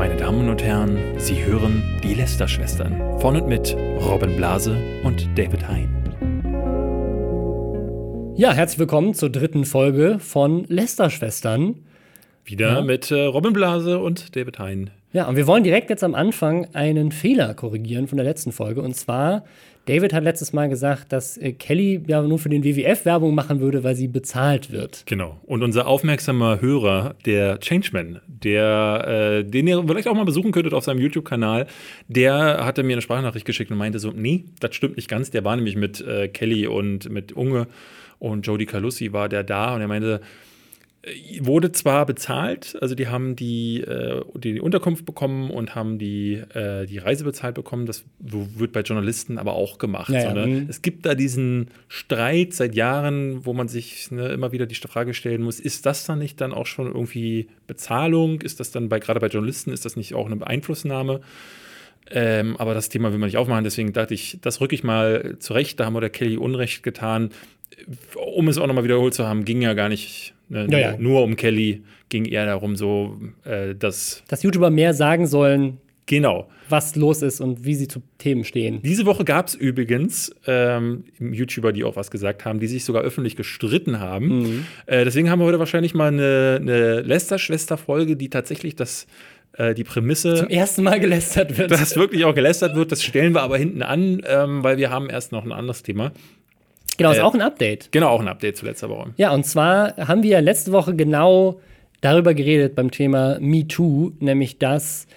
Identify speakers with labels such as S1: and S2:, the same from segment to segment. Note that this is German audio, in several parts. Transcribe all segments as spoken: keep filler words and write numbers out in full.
S1: Meine Damen und Herren, Sie hören die Lester-Schwestern von und mit Robin Blase und David Hein.
S2: Ja, herzlich willkommen zur dritten Folge von Lester-Schwestern.
S1: Wieder
S2: ja.
S1: mit äh, Robin Blase und David Hein.
S2: Ja, und wir wollen direkt jetzt am Anfang einen Fehler korrigieren von der letzten Folge. Und zwar, David hat letztes Mal gesagt, dass äh, Kelly ja nur für den W W F Werbung machen würde, weil sie bezahlt wird.
S1: Genau. Und unser aufmerksamer Hörer, der Changeman, der, äh, den ihr vielleicht auch mal besuchen könntet auf seinem YouTube-Kanal, der hatte mir eine Sprachnachricht geschickt und meinte so, nee, das stimmt nicht ganz. Der war nämlich mit äh, Kelly und mit Unge und Jody Calussi war der da und er meinte, wurde zwar bezahlt, also die haben die, äh, die Unterkunft bekommen und haben die, äh, die Reise bezahlt bekommen, das wird bei Journalisten aber auch gemacht.
S2: Ja, ja.
S1: Sondern es gibt da diesen Streit seit Jahren, wo man sich ne, immer wieder die Frage stellen muss, ist das dann nicht dann auch schon irgendwie Bezahlung? Ist das dann bei, gerade bei Journalisten, ist das nicht auch eine Beeinflussnahme? Ähm, aber das Thema will man nicht aufmachen, deswegen dachte ich, das rücke ich mal zurecht, da haben wir der Kelly Unrecht getan. Um es auch nochmal wiederholt zu haben, ging ja gar nicht ne,
S2: ja, ja.
S1: Nur, nur um Kelly, ging eher darum, so, äh, dass.
S2: Dass YouTuber mehr sagen sollen,
S1: genau.
S2: was los ist und wie sie zu Themen stehen.
S1: Diese Woche gab es übrigens ähm, YouTuber, die auch was gesagt haben, die sich sogar öffentlich gestritten haben.
S2: Mhm.
S1: Äh, deswegen haben wir heute wahrscheinlich mal eine, eine Lester-Schwester-Folge, die tatsächlich das. Die Prämisse.
S2: Zum ersten Mal gelästert wird.
S1: Dass wirklich auch gelästert wird, das stellen wir aber hinten an, ähm, weil wir haben erst noch ein anderes Thema.
S2: Genau, ist
S1: äh,
S2: auch ein Update.
S1: Genau, auch ein Update zu letzter Woche.
S2: Ja, und zwar haben wir letzte Woche genau darüber geredet beim Thema MeToo, nämlich dass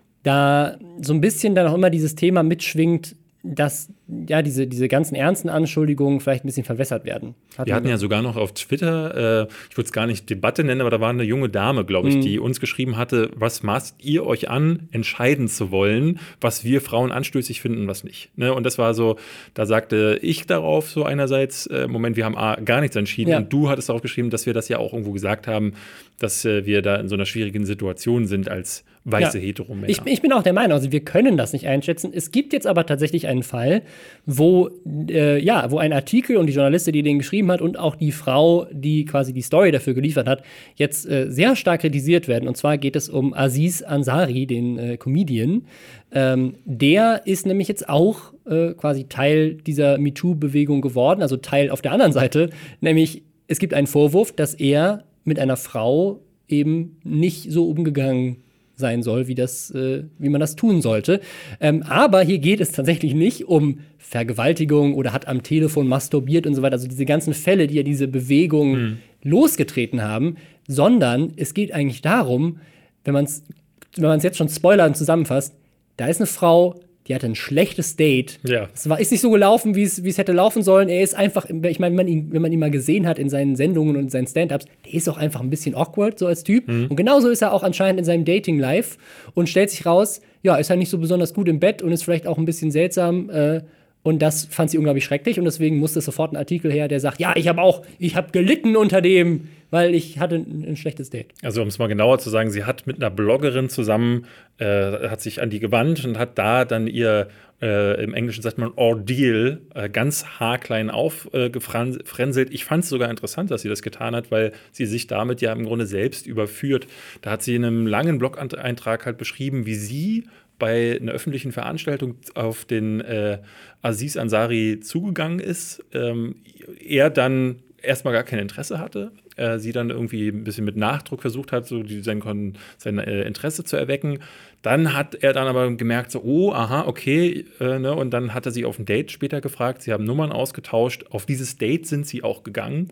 S2: da so ein bisschen dann auch immer dieses Thema mitschwingt, dass ja diese, diese ganzen ernsten Anschuldigungen vielleicht ein bisschen verwässert werden.
S1: Hatten wir hatten ja sogar noch auf Twitter, äh, ich würde es gar nicht Debatte nennen, aber da war eine junge Dame, glaube ich, mhm. die uns geschrieben hatte, was maßt ihr euch an, entscheiden zu wollen, was wir Frauen anstößig finden und was nicht. Ne? Und das war so, da sagte ich darauf so einerseits, äh, Moment, wir haben A, gar nichts entschieden ja. und du hattest darauf geschrieben, dass wir das ja auch irgendwo gesagt haben, dass äh, wir da in so einer schwierigen Situation sind als weiße ja. Heteromänner.
S2: Ich, ich bin auch der Meinung, also wir können das nicht einschätzen. Es gibt jetzt aber tatsächlich einen Fall, wo, äh, ja, wo ein Artikel und die Journalistin, die den geschrieben hat und auch die Frau, die quasi die Story dafür geliefert hat, jetzt äh, sehr stark kritisiert werden. Und zwar geht es um Aziz Ansari, den äh, Comedian. Ähm, der ist nämlich jetzt auch äh, quasi Teil dieser MeToo-Bewegung geworden, also Teil auf der anderen Seite. Nämlich, es gibt einen Vorwurf, dass er mit einer Frau eben nicht so umgegangen sein soll, wie, das, äh, wie man das tun sollte. Ähm, aber hier geht es tatsächlich nicht um Vergewaltigung oder hat am Telefon masturbiert und so weiter. Also diese ganzen Fälle, die ja diese Bewegung mhm. losgetreten haben, sondern es geht eigentlich darum, wenn man es wenn man es jetzt schon spoilern zusammenfasst, da ist eine Frau, die hatte ein schlechtes Date.
S1: Ja.
S2: Es war, ist nicht so gelaufen, wie es hätte laufen sollen. Er ist einfach, ich meine, wenn man ihn, wenn man ihn mal gesehen hat in seinen Sendungen und in seinen Stand-Ups, der ist auch einfach ein bisschen awkward, so als Typ. Mhm. Und genauso ist er auch anscheinend in seinem Dating-Life und stellt sich raus, ja, ist er nicht so besonders gut im Bett und ist vielleicht auch ein bisschen seltsam. Äh, und das fand sie unglaublich schrecklich und deswegen musste sofort ein Artikel her, der sagt, ja, ich habe auch, ich habe gelitten unter dem, weil ich hatte ein, ein schlechtes Date.
S1: Also um es mal genauer zu sagen, sie hat mit einer Bloggerin zusammen, äh, hat sich an die gewandt und hat da dann ihr, äh, im Englischen sagt man Ordeal, äh, ganz haarklein aufgefrenselt. Äh, ich fand es sogar interessant, dass sie das getan hat, weil sie sich damit ja im Grunde selbst überführt. Da hat sie in einem langen Blog-Eintrag halt beschrieben, wie sie bei einer öffentlichen Veranstaltung auf den äh, Aziz Ansari zugegangen ist. Ähm, er dann erstmal gar kein Interesse hatte. Äh, sie dann irgendwie ein bisschen mit Nachdruck versucht hat, so die, sein, sein äh, Interesse zu erwecken. Dann hat er dann aber gemerkt, so, oh, aha, okay. Äh, ne? Und dann hat er sie auf ein Date später gefragt. Sie haben Nummern ausgetauscht. Auf dieses Date sind sie auch gegangen.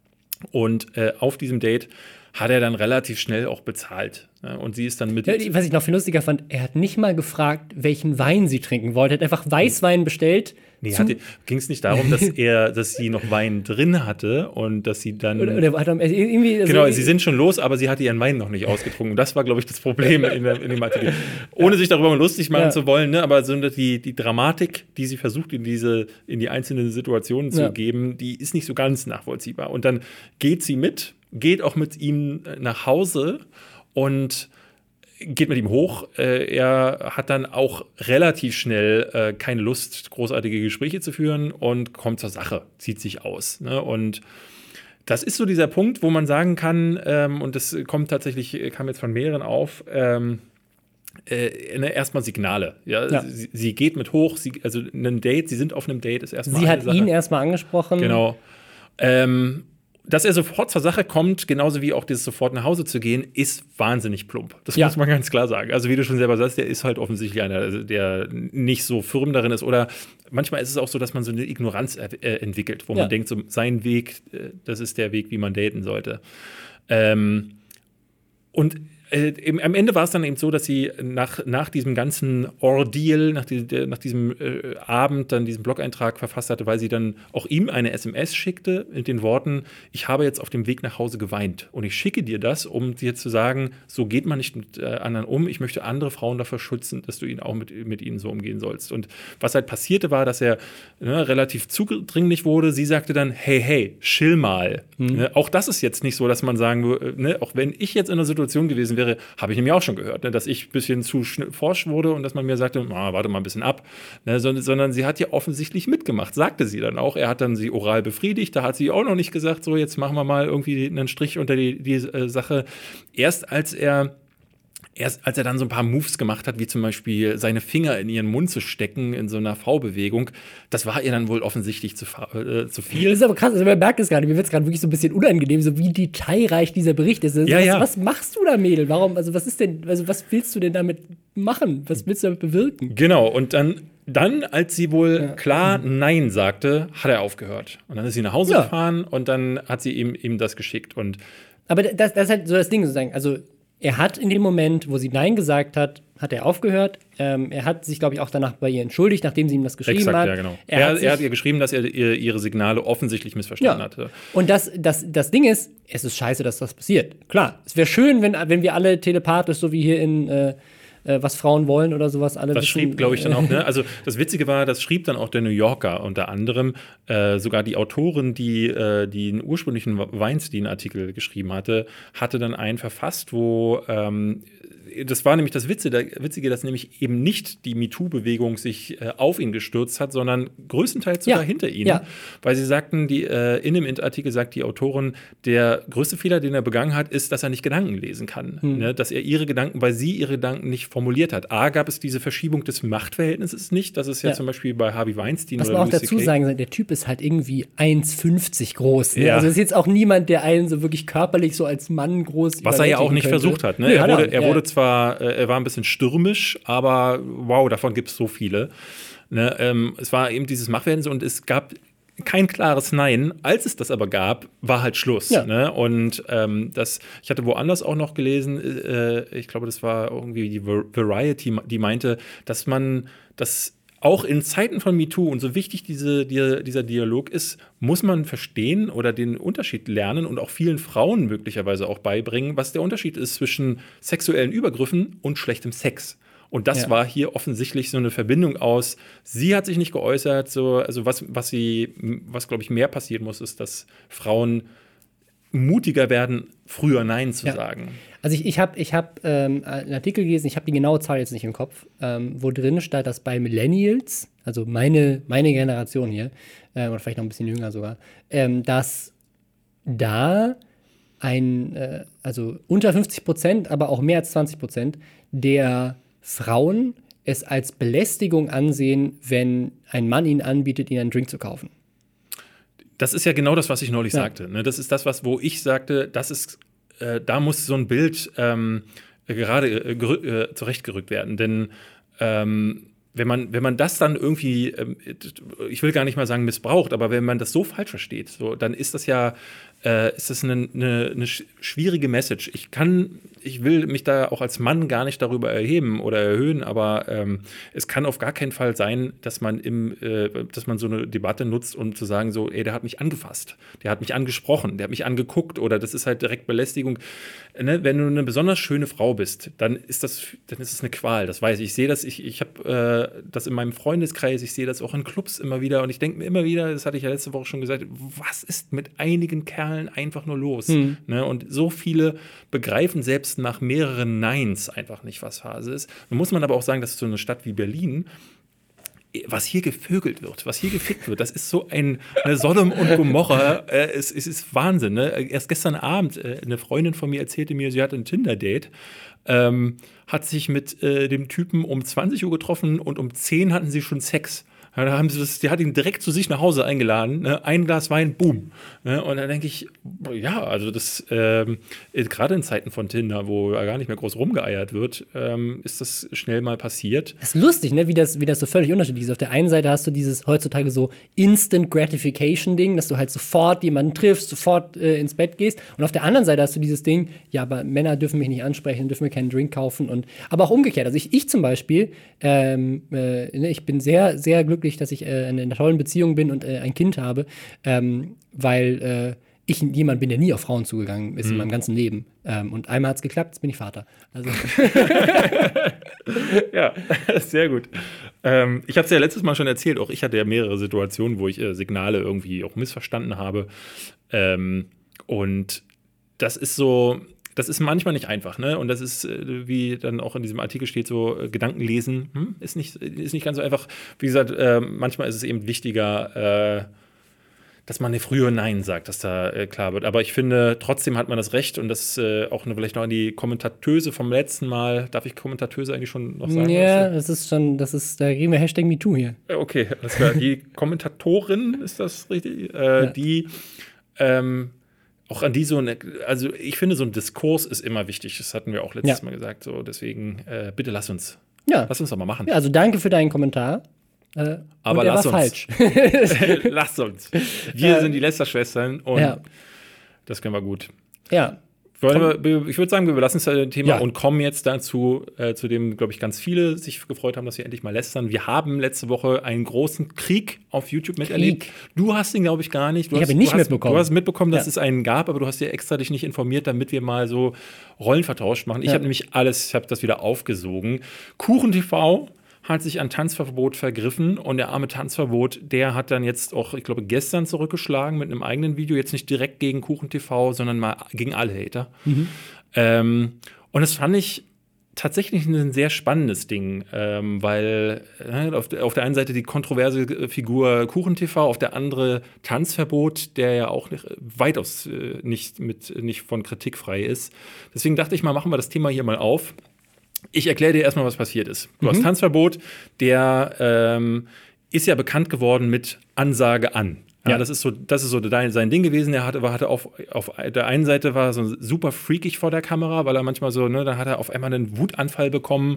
S1: Und äh, auf diesem Date hat er dann relativ schnell auch bezahlt. Ja, und sie ist dann mit.
S2: Ja, was ich noch viel lustiger fand, er hat nicht mal gefragt, welchen Wein sie trinken wollte. Er hat einfach Weißwein bestellt.
S1: Nee, ging es nicht darum, dass er, dass sie noch Wein drin hatte und dass sie dann.
S2: Oder, oder hat er, irgendwie, also
S1: genau, sie sind schon los, aber sie hatte ihren Wein noch nicht ausgetrunken. Und das war, glaube ich, das Problem in, der, in dem Artikel. Ohne ja. sich darüber lustig machen ja. zu wollen, ne? Aber so die, die Dramatik, die sie versucht, in diese, in die einzelnen Situationen zu ja. geben, die ist nicht so ganz nachvollziehbar. Und dann geht sie mit, geht auch mit ihm nach Hause und geht mit ihm hoch. Äh, er hat dann auch relativ schnell äh, keine Lust, großartige Gespräche zu führen und kommt zur Sache, zieht sich aus. Ne? Und das ist so dieser Punkt, wo man sagen kann, ähm, und das kommt tatsächlich, kam jetzt von mehreren auf, ähm, Äh, ne, erstmal Signale. Ja?
S2: Ja.
S1: Sie, sie geht mit hoch, sie, also ein Date, sie sind auf einem Date, ist erstmal
S2: Sie
S1: eine
S2: hat
S1: Sache.
S2: ihn erstmal angesprochen.
S1: Genau. Ähm, dass er sofort zur Sache kommt, genauso wie auch dieses sofort nach Hause zu gehen, ist wahnsinnig plump. Das
S2: Ja.
S1: muss man ganz klar sagen. Also wie du schon selber sagst, der ist halt offensichtlich einer, der nicht so firm darin ist. Oder manchmal ist es auch so, dass man so eine Ignoranz äh, entwickelt, wo
S2: Ja.
S1: man denkt, so sein Weg, äh, das ist der Weg, wie man daten sollte. Ähm, und Äh, im, am Ende war es dann eben so, dass sie nach, nach diesem ganzen Ordeal, nach, die, nach diesem äh, Abend dann diesen Blog-Eintrag verfasst hatte, weil sie dann auch ihm eine S M S schickte mit den Worten, ich habe jetzt auf dem Weg nach Hause geweint und ich schicke dir das, um dir zu sagen, so geht man nicht mit äh, anderen um, ich möchte andere Frauen davor schützen, dass du ihn auch mit, mit ihnen so umgehen sollst. Und was halt passierte war, dass er ne, relativ zudringlich wurde. Sie sagte dann, hey, hey, chill mal. Mhm. Ne, auch das ist jetzt nicht so, dass man sagen würde, ne, auch wenn ich jetzt in einer Situation gewesen wäre, habe ich nämlich auch schon gehört, ne, dass ich ein bisschen zu forsch wurde und dass man mir sagte, ah, warte mal ein bisschen ab. Ne, sondern, sondern sie hat ja offensichtlich mitgemacht, sagte sie dann auch. Er hat dann sie oral befriedigt, da hat sie auch noch nicht gesagt, so jetzt machen wir mal irgendwie einen Strich unter die, die äh, Sache. Erst als er Erst als er dann so ein paar Moves gemacht hat, wie zum Beispiel seine Finger in ihren Mund zu stecken in so einer V-Bewegung, das war ihr dann wohl offensichtlich zu, äh, zu viel.
S2: Das ist aber krass, also man merkt es gerade, mir wird es gerade wirklich so ein bisschen unangenehm, so wie detailreich dieser Bericht ist. Also
S1: ja,
S2: was,
S1: ja.
S2: was machst du da, Mädel? Warum, also was ist denn, also was willst du denn damit machen? Was willst du damit bewirken?
S1: Genau, und dann, dann als sie wohl
S2: Ja.
S1: klar Nein sagte, hat er aufgehört. Und dann ist sie nach Hause
S2: Ja.
S1: gefahren und dann hat sie ihm, ihm das geschickt. Und
S2: Aber das, das ist halt so das Ding sozusagen, also er hat in dem Moment, wo sie Nein gesagt hat, hat er aufgehört. Ähm, er hat sich, glaube ich, auch danach bei ihr entschuldigt, nachdem sie ihm das geschrieben
S1: exakt,
S2: hat.
S1: ja, genau.
S2: Er,
S1: Er,
S2: hat
S1: er,
S2: sich,
S1: hat ihr geschrieben, dass er ihr, ihre Signale offensichtlich missverstanden
S2: ja.
S1: hatte.
S2: Und das, das, das Ding ist, es ist scheiße, dass das passiert. Klar, es wäre schön, wenn, wenn wir alle telepathisch, so wie hier in äh, äh, Was Frauen wollen oder sowas, alle
S1: Das
S2: wissen,
S1: schrieb, glaube ich, dann auch, ne? Also das Witzige war, das schrieb dann auch der New Yorker unter anderem, äh, sogar die Autorin, die äh, den ursprünglichen Weinstein-Artikel geschrieben hatte, hatte dann einen verfasst, wo ähm, das war nämlich das Witzige, Witzige, dass nämlich eben nicht die MeToo-Bewegung sich äh, auf ihn gestürzt hat, sondern größtenteils sogar
S2: Ja.
S1: hinter ihn.
S2: Ja.
S1: Weil sie sagten, die, äh, in dem Artikel sagt die Autorin, der größte Fehler, den er begangen hat, ist, dass er nicht Gedanken lesen kann.
S2: Hm.
S1: Ne? Dass er ihre Gedanken, weil sie ihre Gedanken nicht formuliert hat. A, gab es diese Verschiebung des Machtverhältnisses nicht. Das ist ja,
S2: Ja.
S1: zum Beispiel bei Harvey Weinstein
S2: Was
S1: oder
S2: man auch
S1: Louis
S2: dazu
S1: C K.
S2: sagen soll, der Typ ist halt irgendwie eins fünfzig groß. Ne?
S1: Ja.
S2: Also ist jetzt auch niemand, der einen so wirklich körperlich so als Mann groß
S1: Was er ja auch nicht
S2: könnte.
S1: versucht hat. Ne?
S2: Nö,
S1: er
S2: hat
S1: wurde,
S2: nicht.
S1: er
S2: Ja.
S1: wurde zwar, äh, er war ein bisschen stürmisch, aber wow, davon gibt es so viele. Ne? Ähm, es war eben dieses Machtverhältnis und es gab kein klares Nein. Als es das aber gab, war halt Schluss.
S2: Ja.
S1: Ne? Und ähm, das, ich hatte woanders auch noch gelesen, äh, ich glaube, das war irgendwie die Variety, die meinte, dass man das auch in Zeiten von MeToo und so wichtig diese, die, dieser Dialog ist, muss man verstehen oder den Unterschied lernen und auch vielen Frauen möglicherweise auch beibringen, was der Unterschied ist zwischen sexuellen Übergriffen und schlechtem Sex. Und das
S2: Ja.
S1: war hier offensichtlich so eine Verbindung aus, sie hat sich nicht geäußert, so, also was, was sie, was glaube ich mehr passieren muss, ist, dass Frauen mutiger werden, früher Nein zu
S2: Ja.
S1: sagen.
S2: Also ich, ich habe ich hab, ähm, einen Artikel gelesen, ich habe die genaue Zahl jetzt nicht im Kopf, ähm, wo drin stand, dass bei Millennials, also meine, meine Generation hier, äh, oder vielleicht noch ein bisschen jünger sogar, ähm, dass da ein, äh, also unter fünfzig Prozent, aber auch mehr als zwanzig Prozent der Frauen es als Belästigung ansehen, wenn ein Mann ihnen anbietet, ihnen einen Drink zu kaufen.
S1: Das ist ja genau das, was ich neulich
S2: Ja.
S1: sagte. Ne? Das ist das, was, wo ich sagte, das ist, äh, da muss so ein Bild ähm, gerade äh, gerü- äh, zurechtgerückt werden. Denn ähm, wenn man, wenn man das dann irgendwie, ähm, ich will gar nicht mal sagen missbraucht, aber wenn man das so falsch versteht, so, dann ist das ja, äh, ist das eine, eine, eine sch- schwierige Message. Ich kann, ich will mich da auch als Mann gar nicht darüber erheben oder erhöhen, aber ähm, es kann auf gar keinen Fall sein, dass man im, äh, dass man so eine Debatte nutzt, um zu sagen, so, ey, der hat mich angefasst, der hat mich angesprochen, der hat mich angeguckt oder das ist halt direkt Belästigung. Ne? Wenn du eine besonders schöne Frau bist, dann ist das, dann ist es eine Qual. Das weiß ich. Ich sehe das, ich, ich habe äh, das in meinem Freundeskreis, ich sehe das auch in Clubs immer wieder und ich denke mir immer wieder, das hatte ich ja letzte Woche schon gesagt, was ist mit einigen Kerlen einfach nur los?
S2: Hm.
S1: Ne? Und so viele begreifen selbst nach mehreren Neins einfach nicht, was Phase ist. Nun muss man aber auch sagen, dass so eine Stadt wie Berlin was hier gevögelt wird, was hier gefickt wird, das ist so ein eine Sodom und Gomorra. Äh, es, es ist Wahnsinn. Ne? Erst gestern Abend, äh, eine Freundin von mir erzählte mir, sie hatte ein Tinder-Date, ähm, hat sich mit äh, dem Typen um zwanzig Uhr getroffen und um zehn hatten sie schon Sex. Ja, da haben sie das, die hat ihn direkt zu sich nach Hause eingeladen, ne? Ein Glas Wein, boom. Ne? Und dann denke ich, ja, also das, ähm, gerade in Zeiten von Tinder, wo gar nicht mehr groß rumgeeiert wird, ähm, ist das schnell mal passiert.
S2: Das ist lustig, ne? wie, das, wie das so völlig unterschiedlich ist. Auf der einen Seite hast du dieses heutzutage so Instant Gratification-Ding, dass du halt sofort jemanden triffst, sofort äh, ins Bett gehst. Und auf der anderen Seite hast du dieses Ding, ja, aber Männer dürfen mich nicht ansprechen, dürfen mir keinen Drink kaufen. Und, aber auch umgekehrt. Also ich, ich zum Beispiel, ähm, äh, ne, ich bin sehr, sehr glücklich, dass ich äh, in einer tollen Beziehung bin und äh, ein Kind habe, ähm, weil äh, ich jemand bin, der nie auf Frauen zugegangen ist mhm. in meinem ganzen Leben. Ähm, und einmal hat es geklappt, jetzt bin ich Vater. Also.
S1: Ja, sehr gut. Ähm, ich habe es ja letztes Mal schon erzählt, auch ich hatte ja mehrere Situationen, wo ich äh, Signale irgendwie auch missverstanden habe. Ähm, und das ist so, das ist manchmal nicht einfach, ne? Und das ist, äh, wie dann auch in diesem Artikel steht, so äh, Gedanken lesen, hm? ist, nicht, ist nicht ganz so einfach. Wie gesagt, äh, manchmal ist es eben wichtiger, äh, dass man eine frühe Nein sagt, dass da äh, klar wird. Aber ich finde, trotzdem hat man das Recht und das äh, auch eine, vielleicht noch an die Kommentatöse vom letzten Mal. Darf ich Kommentatöse eigentlich schon noch sagen?
S2: Ja, das ist schon, das ist, da reden wir Hashtag MeToo hier.
S1: Okay, alles klar. Die Kommentatorin, ist das richtig? Äh, ja. Die, ähm, auch an die so eine, also ich finde, so ein Diskurs ist immer wichtig. Das hatten wir auch letztes ja. Mal gesagt. So, deswegen, äh, bitte lass uns.
S2: Ja.
S1: Lass uns doch mal machen.
S2: Ja, also danke für deinen Kommentar. Äh,
S1: Aber lass uns.
S2: Falsch.
S1: Lass uns. Wir ja. sind die Lästerschwestern und
S2: ja.
S1: das können wir gut.
S2: Ja.
S1: Wir, ich würde sagen, wir belassen das Thema
S2: ja.
S1: und kommen jetzt dazu, äh, zu dem, glaube ich, ganz viele sich gefreut haben, dass wir endlich mal lästern. Wir haben letzte Woche einen großen Krieg auf YouTube miterlebt.
S2: Krieg.
S1: Du hast ihn, glaube ich, gar nicht. Du
S2: ich
S1: hast,
S2: habe ihn nicht
S1: du hast,
S2: mitbekommen.
S1: Du hast mitbekommen, dass
S2: ja.
S1: es einen gab, aber du hast dir extra dich nicht informiert, damit wir mal so Rollen vertauscht machen. Ich
S2: ja.
S1: habe nämlich alles, ich habe das wieder aufgesogen. Kuchen T V hat sich an Tanzverbot vergriffen und der arme Tanzverbot, der hat dann jetzt auch, ich glaube, gestern zurückgeschlagen mit einem eigenen Video, jetzt nicht direkt gegen Kuchen T V, sondern mal gegen alle Hater. Mhm. Ähm, und das fand ich tatsächlich ein sehr spannendes Ding, ähm, weil äh, auf, de, auf der einen Seite die kontroverse Figur Kuchen T V, auf der andere Tanzverbot, der ja auch nicht, weitaus äh, nicht, mit, nicht von Kritik frei ist. Deswegen dachte ich mal, machen wir das Thema hier mal auf. Ich erkläre dir erstmal, was passiert ist. Du mhm. hast Tanzverbot, der ähm, ist ja bekannt geworden mit Ansage an. Ja, ja. Das ist so, das ist so sein Ding gewesen. Er hatte, hatte auf, auf der einen Seite war er so super freakig vor der Kamera, weil er manchmal so, ne, dann hat er auf einmal einen Wutanfall bekommen.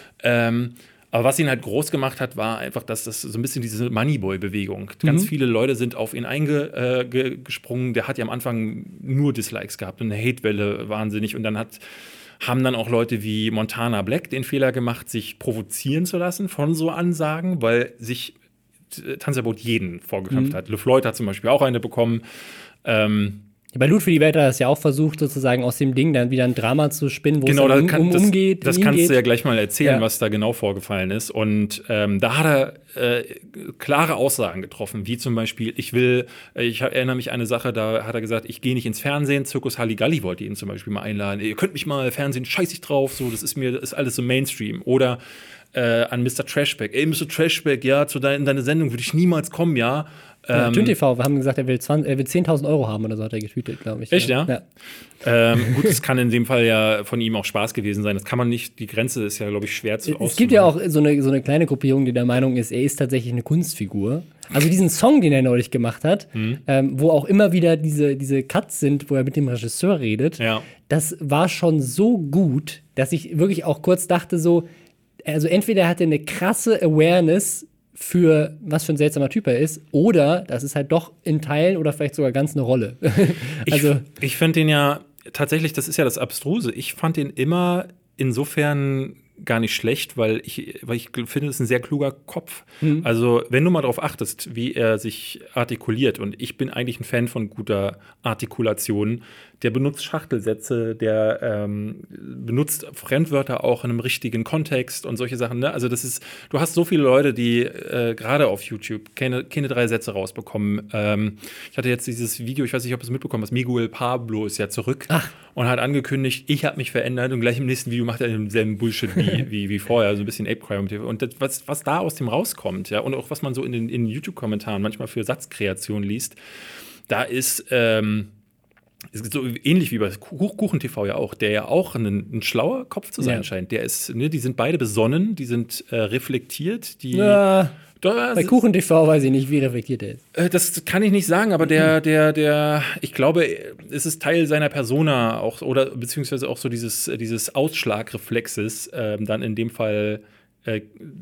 S1: Ähm, aber was ihn halt groß gemacht hat, war einfach, dass das so ein bisschen diese Moneyboy-Bewegung. Mhm. Ganz viele Leute sind auf ihn eingesprungen. Äh, der hat ja am Anfang nur Dislikes gehabt und eine Hatewelle wahnsinnig. Und dann hat haben dann auch Leute wie Montana Black den Fehler gemacht, sich provozieren zu lassen von so Ansagen, weil sich Tanzverbot jeden vorgekämpft mhm. hat. LeFloid hat zum Beispiel auch eine bekommen. Ähm,
S2: Bei Loot für die Welt hat er es ja auch versucht, sozusagen aus dem Ding dann wieder ein Drama zu spinnen, wo
S1: genau,
S2: es um,
S1: kann,
S2: um,
S1: das,
S2: umgeht.
S1: Das kannst
S2: geht.
S1: du ja gleich mal erzählen,
S2: ja.
S1: was da genau vorgefallen ist. Und ähm, da hat er äh, klare Aussagen getroffen, wie zum Beispiel, ich will, ich erinnere mich an eine Sache, da hat er gesagt, ich gehe nicht ins Fernsehen, Zirkus Halligalli wollte ihn zum Beispiel mal einladen. Ihr könnt mich mal Fernsehen, scheiß ich drauf, so, das ist mir, das ist alles so Mainstream. Oder äh, an Mister Trashback, ey, Mister Trashback, ja, zu dein, in deine Sendung würde ich niemals kommen, ja.
S2: Ja, Tün T V, wir haben gesagt, er will, will zehntausend Euro haben oder so, hat er getweetet, glaube ich.
S1: Echt, ja?
S2: ja?
S1: Ähm, gut, das kann in dem Fall ja von ihm auch Spaß gewesen sein. Das kann man nicht, die Grenze ist ja, glaube ich, schwer zu auszumachen.
S2: Es gibt ja auch so eine, so eine kleine Gruppierung, die der Meinung ist, er ist tatsächlich eine Kunstfigur. Also diesen Song, den er neulich gemacht hat, mhm. ähm, wo auch immer wieder diese, diese Cuts sind, wo er mit dem Regisseur redet,
S1: ja.
S2: das war schon so gut, dass ich wirklich auch kurz dachte so, also entweder hat er eine krasse Awareness für was für ein seltsamer Typ er ist, oder das ist halt doch in Teilen oder vielleicht sogar ganz eine Rolle. also
S1: ich ich finde den ja tatsächlich, das ist ja das Abstruse, ich fand den immer insofern gar nicht schlecht, weil ich, weil ich finde, es ist ein sehr kluger Kopf. Mhm. Also, wenn du mal darauf achtest, wie er sich artikuliert, und ich bin eigentlich ein Fan von guter Artikulation, der benutzt Schachtelsätze, der ähm, benutzt Fremdwörter auch in einem richtigen Kontext und solche Sachen. Ne? Also das ist, du hast so viele Leute, die äh, gerade auf YouTube keine, keine drei Sätze rausbekommen. Ähm, ich hatte jetzt dieses Video, ich weiß nicht, ob du es mitbekommen hast, Miguel Pablo ist ja zurück
S2: Ach.
S1: und hat angekündigt, ich habe mich verändert und gleich im nächsten Video macht er denselben Bullshit wie, wie, wie vorher, so ein bisschen Ape-Crime. Und das, was, was da aus dem rauskommt, ja, und auch was man so in den, in den YouTube-Kommentaren manchmal für Satzkreation liest, da ist ähm, ist so ähnlich wie bei Kuchen T V ja auch, der ja auch ein, ein schlauer Kopf zu sein
S2: ja.
S1: scheint. Der ist, ne, die sind beide besonnen, die sind äh, reflektiert, die.
S2: Ja,
S1: da,
S2: bei Kuchen T V weiß ich nicht, wie reflektiert er ist.
S1: Äh, das kann ich nicht sagen, aber der, der, der, ich glaube, es ist Teil seiner Persona auch, oder beziehungsweise auch so dieses, dieses Ausschlagreflexes, äh, dann in dem Fall Äh,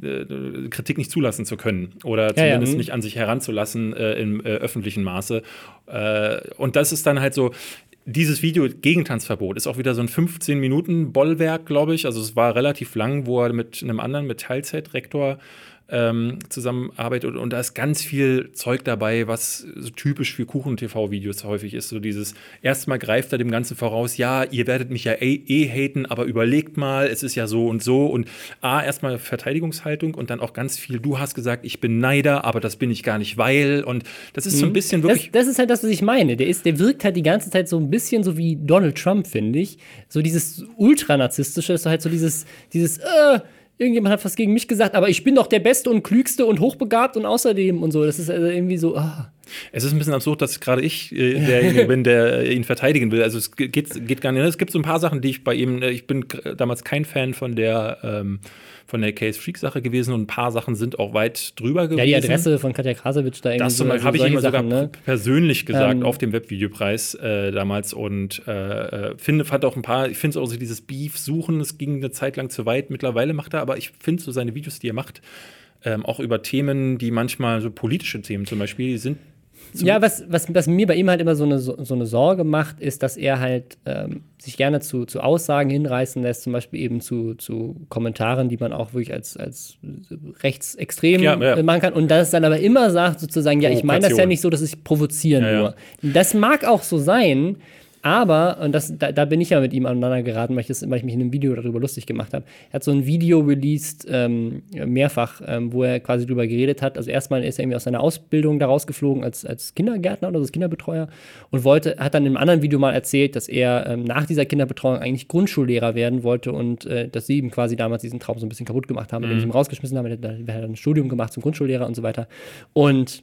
S1: äh, Kritik nicht zulassen zu können oder zumindest
S2: ja, ja.
S1: nicht an sich heranzulassen äh, im äh, öffentlichen Maße. Äh, und das ist dann halt so, dieses Video Gegentanzverbot ist auch wieder so ein fünfzehn Minuten Bollwerk, glaube ich. Also es war relativ lang, wo er mit einem anderen, mit Teilzeitrektor ähm, zusammenarbeitet. Und, und da ist ganz viel Zeug dabei, was so typisch für Kuchen-T V-Videos häufig ist. So dieses, erstmal greift er dem Ganzen voraus, ja, ihr werdet mich ja eh, eh haten, aber überlegt mal, es ist ja so und so. Und A, erstmal Verteidigungshaltung und dann auch ganz viel, du hast gesagt, ich bin Neider, aber das bin ich gar nicht, weil. Und das ist so ein bisschen wirklich.
S2: Das, das ist halt das, was ich meine. Der, ist, der wirkt halt die ganze Zeit so ein bisschen so wie Donald Trump, finde ich. So dieses ultranarzisstische, so halt so dieses, dieses, äh, irgendjemand hat was gegen mich gesagt, aber ich bin doch der Beste und Klügste und hochbegabt und außerdem und so. Das ist also irgendwie so, ah.
S1: Es ist ein bisschen absurd, dass gerade ich äh, derjenige bin, der ihn verteidigen will. Also es geht, geht gar nicht. Es gibt so ein paar Sachen, die ich bei ihm, ich bin damals kein Fan von der ähm, von der Case-Freak-Sache gewesen und ein paar Sachen sind auch weit drüber gewesen.
S2: Ja, die Adresse von Katja Krasowitsch da irgendwie.
S1: Das
S2: so,
S1: habe ich ihm sogar
S2: ne?
S1: persönlich gesagt
S2: ähm,
S1: auf dem Webvideopreis äh, damals und äh, finde, fand auch ein paar, ich finde auch so dieses Beef suchen, es ging eine Zeit lang zu weit. Mittlerweile macht er, aber ich finde so seine Videos, die er macht, ähm, auch über Themen, die manchmal so politische Themen zum Beispiel, die sind.
S2: Ja, was, was, was mir bei ihm halt immer so eine, so eine Sorge macht, ist, dass er halt ähm, sich gerne zu, zu Aussagen hinreißen lässt, zum Beispiel eben zu, zu Kommentaren, die man auch wirklich als, als rechtsextrem
S1: ja, ja.
S2: machen kann. Und das dann aber immer sagt, sozusagen, ja, ich meine das ja nicht so, dass ich provozieren
S1: ja,
S2: nur. Ja. Das mag auch so sein, aber, und das, da, da bin ich ja mit ihm aneinander geraten, weil ich, das, weil ich mich in einem Video darüber lustig gemacht habe. Er hat so ein Video released, ähm, mehrfach, ähm, wo er quasi drüber geredet hat. Also erstmal ist er irgendwie aus seiner Ausbildung da rausgeflogen als, als Kindergärtner oder als Kinderbetreuer und wollte, hat dann in einem anderen Video mal erzählt, dass er ähm, nach dieser Kinderbetreuung eigentlich Grundschullehrer werden wollte und äh, dass sie ihm quasi damals diesen Traum so ein bisschen kaputt gemacht haben, mhm. indem sie ihn rausgeschmissen haben. Er hat dann ein Studium gemacht zum Grundschullehrer und so weiter. Und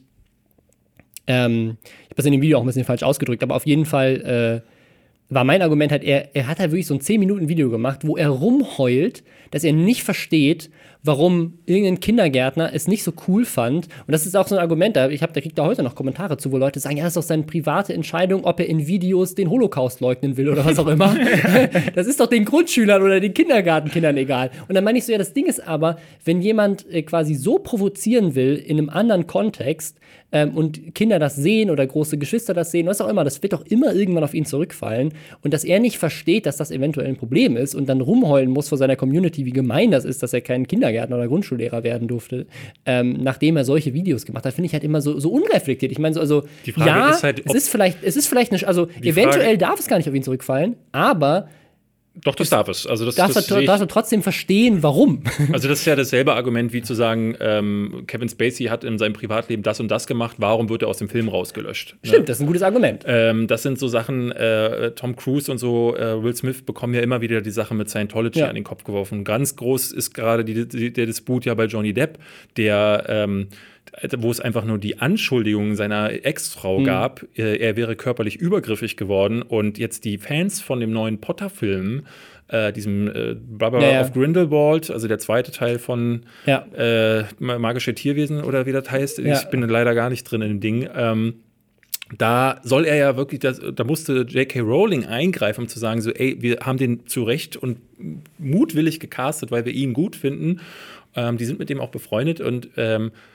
S2: ähm, ich habe das in dem Video auch ein bisschen falsch ausgedrückt, aber auf jeden Fall äh, war mein Argument halt, er, er hat halt wirklich so ein zehn Minuten Video gemacht, wo er rumheult, dass er nicht versteht, warum irgendein Kindergärtner es nicht so cool fand. Und das ist auch so ein Argument, da, ich hab, da kriegt er heute noch Kommentare zu, wo Leute sagen, ja, das ist doch seine private Entscheidung, ob er in Videos den Holocaust leugnen will oder was auch immer. Das ist doch den Grundschülern oder den Kindergartenkindern egal. Und dann meine ich so, ja, das Ding ist aber, wenn jemand äh, quasi so provozieren will in einem anderen Kontext ähm, und Kinder das sehen oder große Geschwister das sehen, was auch immer, das wird doch immer irgendwann auf ihn zurückfallen. Und dass er nicht versteht, dass das eventuell ein Problem ist und dann rumheulen muss vor seiner Community, wie gemein das ist, dass er keinen Kindergärtner oder Grundschullehrer werden durfte, ähm, nachdem er solche Videos gemacht hat, finde ich halt immer so, so unreflektiert. Ich meine, so, also,
S1: die Frage
S2: ja,
S1: ist halt,
S2: es ist vielleicht, es ist vielleicht nicht, also eventuell Frage, darf es gar nicht auf ihn zurückfallen, aber
S1: doch, das darf es. Also das,
S2: darfst,
S1: das
S2: du, darfst du trotzdem verstehen, warum.
S1: Also das ist ja dasselbe Argument, wie zu sagen, ähm, Kevin Spacey hat in seinem Privatleben das und das gemacht, warum wird er aus dem Film rausgelöscht?
S2: Stimmt,
S1: ne?
S2: Das ist ein gutes Argument.
S1: Ähm, das sind so Sachen, äh, Tom Cruise und so, äh, Will Smith bekommen ja immer wieder die Sache mit Scientology ja. an den Kopf geworfen. Ganz groß ist gerade die, die, der Disput ja bei Johnny Depp, der ähm, wo es einfach nur die Anschuldigungen seiner Ex-Frau mhm. gab, äh, er wäre körperlich übergriffig geworden und jetzt die Fans von dem neuen Potter-Film, äh, diesem äh, Brother ja, ja. of Grindelwald, also der zweite Teil von ja. äh, Magische Tierwesen oder wie das heißt, ja. ich bin leider gar nicht drin in dem Ding, ähm, da soll er ja wirklich, das, da musste J K Rowling eingreifen, um zu sagen, so, ey, wir haben den zu Recht und mutwillig gecastet, weil wir ihn gut finden. Ähm, die sind mit dem auch befreundet und ähm,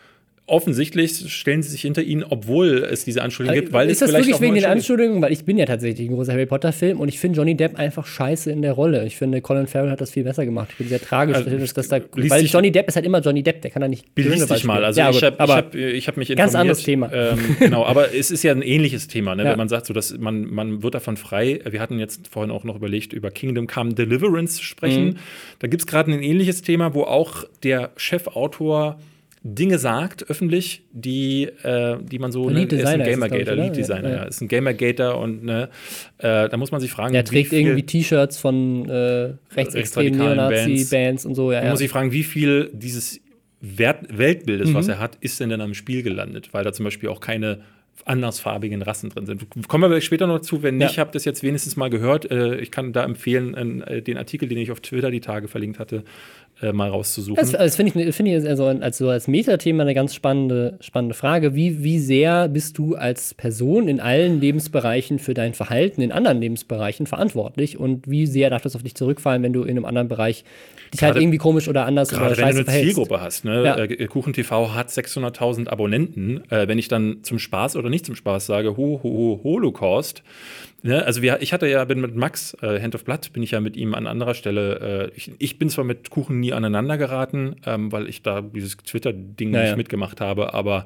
S1: offensichtlich stellen sie sich hinter ihn, obwohl es diese Anschuldigungen gibt. Weil
S2: ist
S1: es
S2: das wirklich wegen den
S1: Anschuldigungen
S2: Anschuldigungen? Weil ich bin ja tatsächlich ein großer Harry Potter-Film und ich finde Johnny Depp einfach scheiße in der Rolle. Ich finde, Colin Farrell hat das viel besser gemacht. Ich bin sehr tragisch, also, dass, dass da, weil Johnny Depp ist halt immer Johnny Depp, der kann da nicht
S1: Beließ dich mal. Also ja, ich habe hab, hab mich informiert.
S2: Ganz anderes Thema.
S1: Ähm, genau, aber es ist ja ein ähnliches Thema, ne?
S2: Ja.
S1: Wenn man sagt, so, dass man, man wird davon frei. Wir hatten jetzt vorhin auch noch überlegt, über Kingdom Come Deliverance zu sprechen. Mhm. Da gibt es gerade ein ähnliches Thema, wo auch der Chefautor Dinge sagt, öffentlich, die, äh, die man so, ne, ist ein Gamergater, Lead-Designer, ja, ja. Ist ein Gamergater und ne, äh, da muss man sich fragen,
S2: der trägt irgendwie T-Shirts von äh, rechtsextremen Neonazi-Bands und so. Ja,
S1: man
S2: ja.
S1: muss sich fragen, wie viel dieses Wert Weltbildes,
S2: mhm.
S1: was er hat, ist denn in einem Spiel gelandet, weil da zum Beispiel auch keine andersfarbigen Rassen drin sind. Kommen wir später noch dazu, wenn nicht, ja. habt ihr das jetzt wenigstens mal gehört. Äh, ich kann da empfehlen, äh, den Artikel, den ich auf Twitter die Tage verlinkt hatte, äh, mal rauszusuchen. Das,
S2: das finde ich, find ich also als, so als Metathema eine ganz spannende, spannende Frage. Wie, wie sehr bist du als Person in allen Lebensbereichen für dein Verhalten in anderen Lebensbereichen verantwortlich und wie sehr darf das auf dich zurückfallen, wenn du in einem anderen Bereich dich halt irgendwie komisch oder anders oder scheiße
S1: verhältst? Gerade wenn du eine
S2: verhältst.
S1: Zielgruppe hast. Ne?
S2: Ja.
S1: Äh, KuchenTV hat sechshunderttausend Abonnenten. Äh, wenn ich dann zum Spaß oder nicht zum Spaß sage, ho, ho, ho, Holocaust. Ne? Also wir, ich hatte ja, bin mit Max, äh, Hand of Blood, bin ich ja mit ihm an anderer Stelle, äh, ich, ich bin zwar mit Kuchen nie aneinander geraten, ähm, weil ich da dieses Twitter-Ding
S2: naja.
S1: nicht mitgemacht habe, aber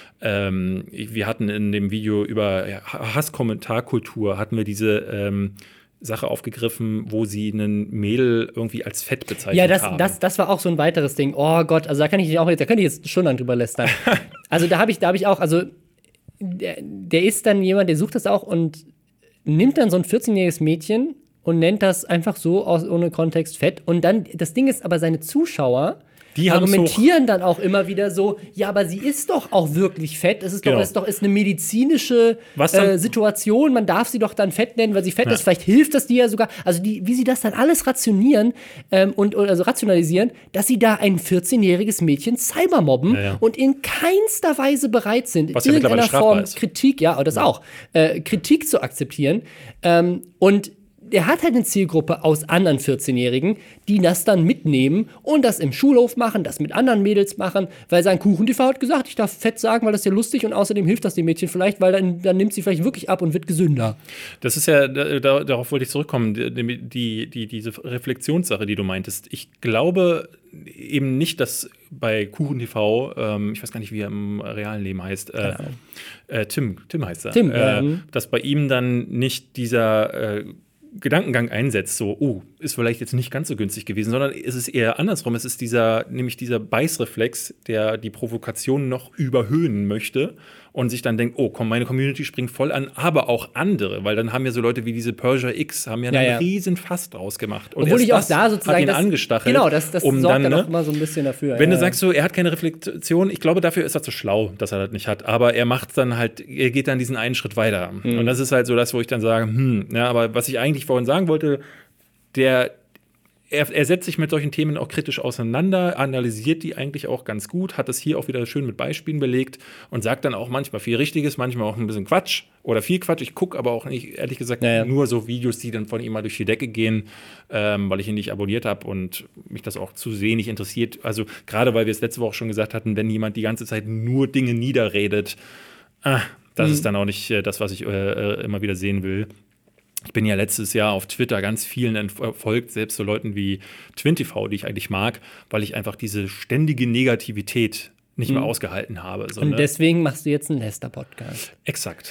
S1: ähm, wir hatten in dem Video über ja, Hasskommentarkultur, hatten wir diese ähm, Sache aufgegriffen, wo sie einen Mädel irgendwie als fett bezeichnet
S2: ja, das,
S1: haben.
S2: das, das war auch so ein weiteres Ding. Oh Gott, also da kann ich auch jetzt, da könnte ich jetzt schon lang drüber lästern. Also da habe ich, da habe ich auch, also der, der ist dann jemand, der sucht das auch und nimmt dann so ein vierzehnjähriges Mädchen und nennt das einfach so aus, ohne Kontext fett. Und dann, das Ding ist aber, seine Zuschauer die argumentieren dann auch immer wieder so, ja, aber sie ist doch auch wirklich fett. Es ist genau. doch, es ist doch ist eine medizinische äh, Situation. Man darf sie doch dann fett nennen, weil sie fett ja. ist. Vielleicht hilft das dir ja sogar. Also die, wie sie das dann alles rationieren ähm, und also rationalisieren, dass sie da ein vierzehnjähriges Mädchen cybermobben ja, ja. und in keinster Weise bereit sind,
S1: was
S2: in
S1: ja
S2: irgendeiner Form
S1: ist.
S2: Kritik, ja, das ja. auch, äh, Kritik zu akzeptieren. Ähm, und der hat halt eine Zielgruppe aus anderen vierzehnjährigen, die das dann mitnehmen und das im Schulhof machen, das mit anderen Mädels machen, weil sein KuchenTV hat gesagt, ich darf fett sagen, weil das ist ja lustig und außerdem hilft das dem Mädchen vielleicht, weil dann, dann nimmt sie vielleicht wirklich ab und wird gesünder.
S1: Das ist ja, da, darauf wollte ich zurückkommen, die, die, die, diese Reflexionssache, die du meintest. Ich glaube eben nicht, dass bei KuchenTV, ähm, ich weiß gar nicht, wie er im realen Leben heißt, äh, äh, Tim, Tim heißt er,
S2: Tim,
S1: äh,
S2: ja.
S1: dass bei ihm dann nicht dieser äh, Gedankengang einsetzt, so, oh, ist vielleicht jetzt nicht ganz so günstig gewesen, sondern es ist eher andersrum. Es ist dieser, nämlich dieser Beißreflex, der die Provokation noch überhöhen möchte und sich dann denkt, oh, komm, meine Community springt voll an, aber auch andere, weil dann haben ja so Leute wie diese Persia X, haben ja, ja einen ja. riesen Fass draus gemacht. Und
S2: obwohl ich auch da sozusagen
S1: hat ihn
S2: das,
S1: angestachelt.
S2: Genau, das, das
S1: um
S2: sorgt
S1: dann,
S2: dann
S1: ne,
S2: auch immer so ein bisschen dafür.
S1: Wenn
S2: ja.
S1: du sagst so, er hat keine Reflexion, ich glaube, dafür ist er zu schlau, dass er das nicht hat, aber er macht dann halt, er geht dann diesen einen Schritt weiter. Mhm. Und das ist halt so das, wo ich dann sage, hm, ja, aber was ich eigentlich vorhin sagen wollte, der Er, er setzt sich mit solchen Themen auch kritisch auseinander, analysiert die eigentlich auch ganz gut, hat das hier auch wieder schön mit Beispielen belegt und sagt dann auch manchmal viel Richtiges, manchmal auch ein bisschen Quatsch oder viel Quatsch. Ich gucke aber auch nicht, ehrlich gesagt, ja, ja. nur so Videos, die dann von ihm mal durch die Decke gehen, ähm, weil ich ihn nicht abonniert habe und mich das auch zu wenig interessiert. Also gerade, weil wir es letzte Woche schon gesagt hatten, wenn jemand die ganze Zeit nur Dinge niederredet, ah, das mhm. ist dann auch nicht äh, das, was ich äh, immer wieder sehen will. Ich bin ja letztes Jahr auf Twitter ganz vielen entfolgt, selbst so Leuten wie TwinTV, die ich eigentlich mag, weil ich einfach diese ständige Negativität nicht mehr mhm. ausgehalten habe. So,
S2: und
S1: ne?
S2: deswegen machst du jetzt einen Lester-Podcast.
S1: Exakt.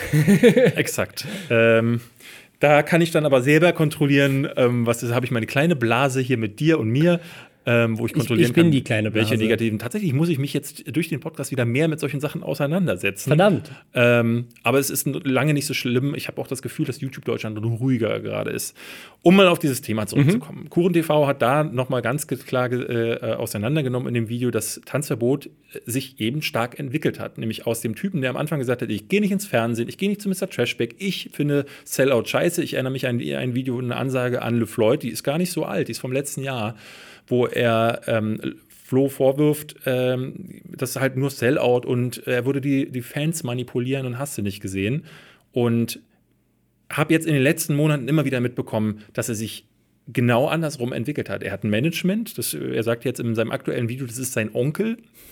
S1: Exakt. Ähm, da kann ich dann aber selber kontrollieren, ähm, was ist, habe ich meine kleine Blase hier mit dir und mir. Ähm, wo ich kontrollieren
S2: ich, ich bin
S1: kann,
S2: die kleine Blase.
S1: welche negativen. Tatsächlich muss ich mich jetzt durch den Podcast wieder mehr mit solchen Sachen auseinandersetzen.
S2: Verdammt.
S1: Ähm, aber es ist lange nicht so schlimm. Ich habe auch das Gefühl, dass YouTube Deutschland ruhiger gerade ist. Um mal auf dieses Thema zurückzukommen. Mhm. KuchenTV hat da nochmal ganz klar äh, auseinandergenommen in dem Video, dass Tanzverbot sich eben stark entwickelt hat. Nämlich aus dem Typen, der am Anfang gesagt hat, ich gehe nicht ins Fernsehen, ich gehe nicht zu Mister Trashback, ich finde Sellout scheiße. Ich erinnere mich an ein Video und eine Ansage an LeFloid, die ist gar nicht so alt, die ist vom letzten Jahr, wo er ähm, Flo vorwirft, ähm, das ist halt nur Sellout und er würde die, die Fans manipulieren und hast du nicht gesehen. Und habe jetzt in den letzten Monaten immer wieder mitbekommen, dass er sich genau andersrum entwickelt hat. Er hat ein Management, das, er sagt jetzt in seinem aktuellen Video, das ist sein Onkel.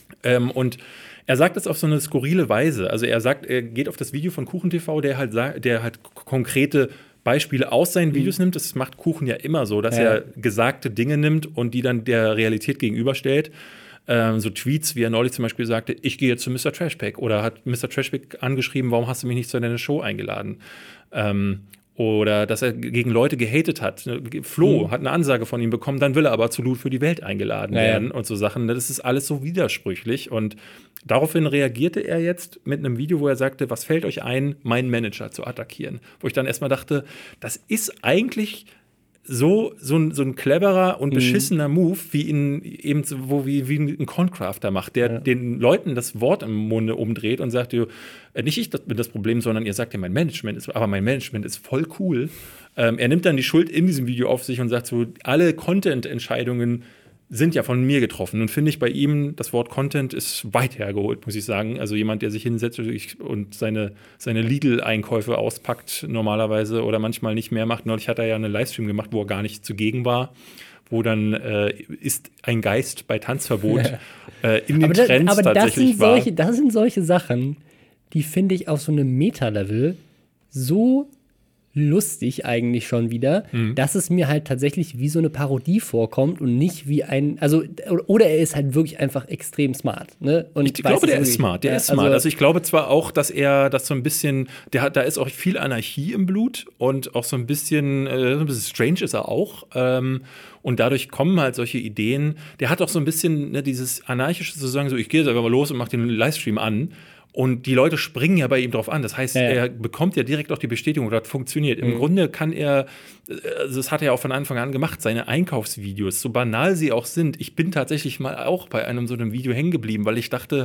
S1: Ähm, und er sagt das auf so eine skurrile Weise. Also er sagt, er geht auf das Video von KuchenTV, der halt, sa- der halt k- konkrete Beispiele aus seinen Videos mhm. nimmt. Das macht Kuchen ja immer so, dass ja. er gesagte Dinge nimmt und die dann der Realität gegenüberstellt. Ähm, so Tweets, wie er neulich zum Beispiel sagte, ich gehe jetzt zu Mister Trashpack. Oder hat Mister Trashpack angeschrieben, warum hast du mich nicht zu deiner Show eingeladen? Ähm, Oder dass er gegen Leute gehatet hat. Flo mhm. hat eine Ansage von ihm bekommen, dann will er aber absolut für die Welt eingeladen ja, werden ja. und so Sachen. Das ist alles so widersprüchlich. Und daraufhin reagierte er jetzt mit einem Video, wo er sagte, was fällt euch ein, meinen Manager zu attackieren? Wo ich dann erstmal dachte, das ist eigentlich so, so, ein, so ein cleverer und beschissener mhm. Move, wie ihn eben so, wo, wie, wie ein Concrafter macht, der ja. den Leuten das Wort im Munde umdreht und sagt, nicht ich bin das Problem, sondern ihr sagt ja, mein Management ist, aber mein Management ist voll cool. Ähm, er nimmt dann die Schuld in diesem Video auf sich und sagt so, alle Content-Entscheidungen sind ja von mir getroffen. Nun finde ich bei ihm, das Wort Content ist weit hergeholt, muss ich sagen. Also jemand, der sich hinsetzt und seine, seine Lidl-Einkäufe auspackt normalerweise oder manchmal nicht mehr macht. Neulich hat er ja einen Livestream gemacht, wo er gar nicht zugegen war. Wo dann äh, ist ein Geist bei Tanzverbot äh, in den
S2: aber das,
S1: Trends
S2: aber
S1: tatsächlich
S2: das
S1: war.
S2: Solche, das sind solche Sachen, die finde ich auf so einem Meta-Level so lustig eigentlich schon wieder, mhm. dass es mir halt tatsächlich wie so eine Parodie vorkommt und nicht wie ein, also, oder er ist halt wirklich einfach extrem smart. Ne? Und
S1: ich glaube, der ist smart, der
S2: ja,
S1: ist smart. Also, also ich glaube zwar auch, dass er das so ein bisschen, der hat, da ist auch viel Anarchie im Blut und auch so ein bisschen, äh, ein bisschen strange ist er auch. Ähm, und dadurch kommen halt solche Ideen. Der hat auch so ein bisschen ne, dieses anarchische zu sagen, so ich gehe jetzt einfach mal los und mache den Livestream an. Und die Leute springen ja bei ihm drauf an. Das heißt, ja, ja. er bekommt ja direkt auch die Bestätigung, das funktioniert. Mhm. Im Grunde kann er, also das hat er auch von Anfang an gemacht, seine Einkaufsvideos, so banal sie auch sind. Ich bin tatsächlich mal auch bei einem so einem Video hängen geblieben, weil ich dachte,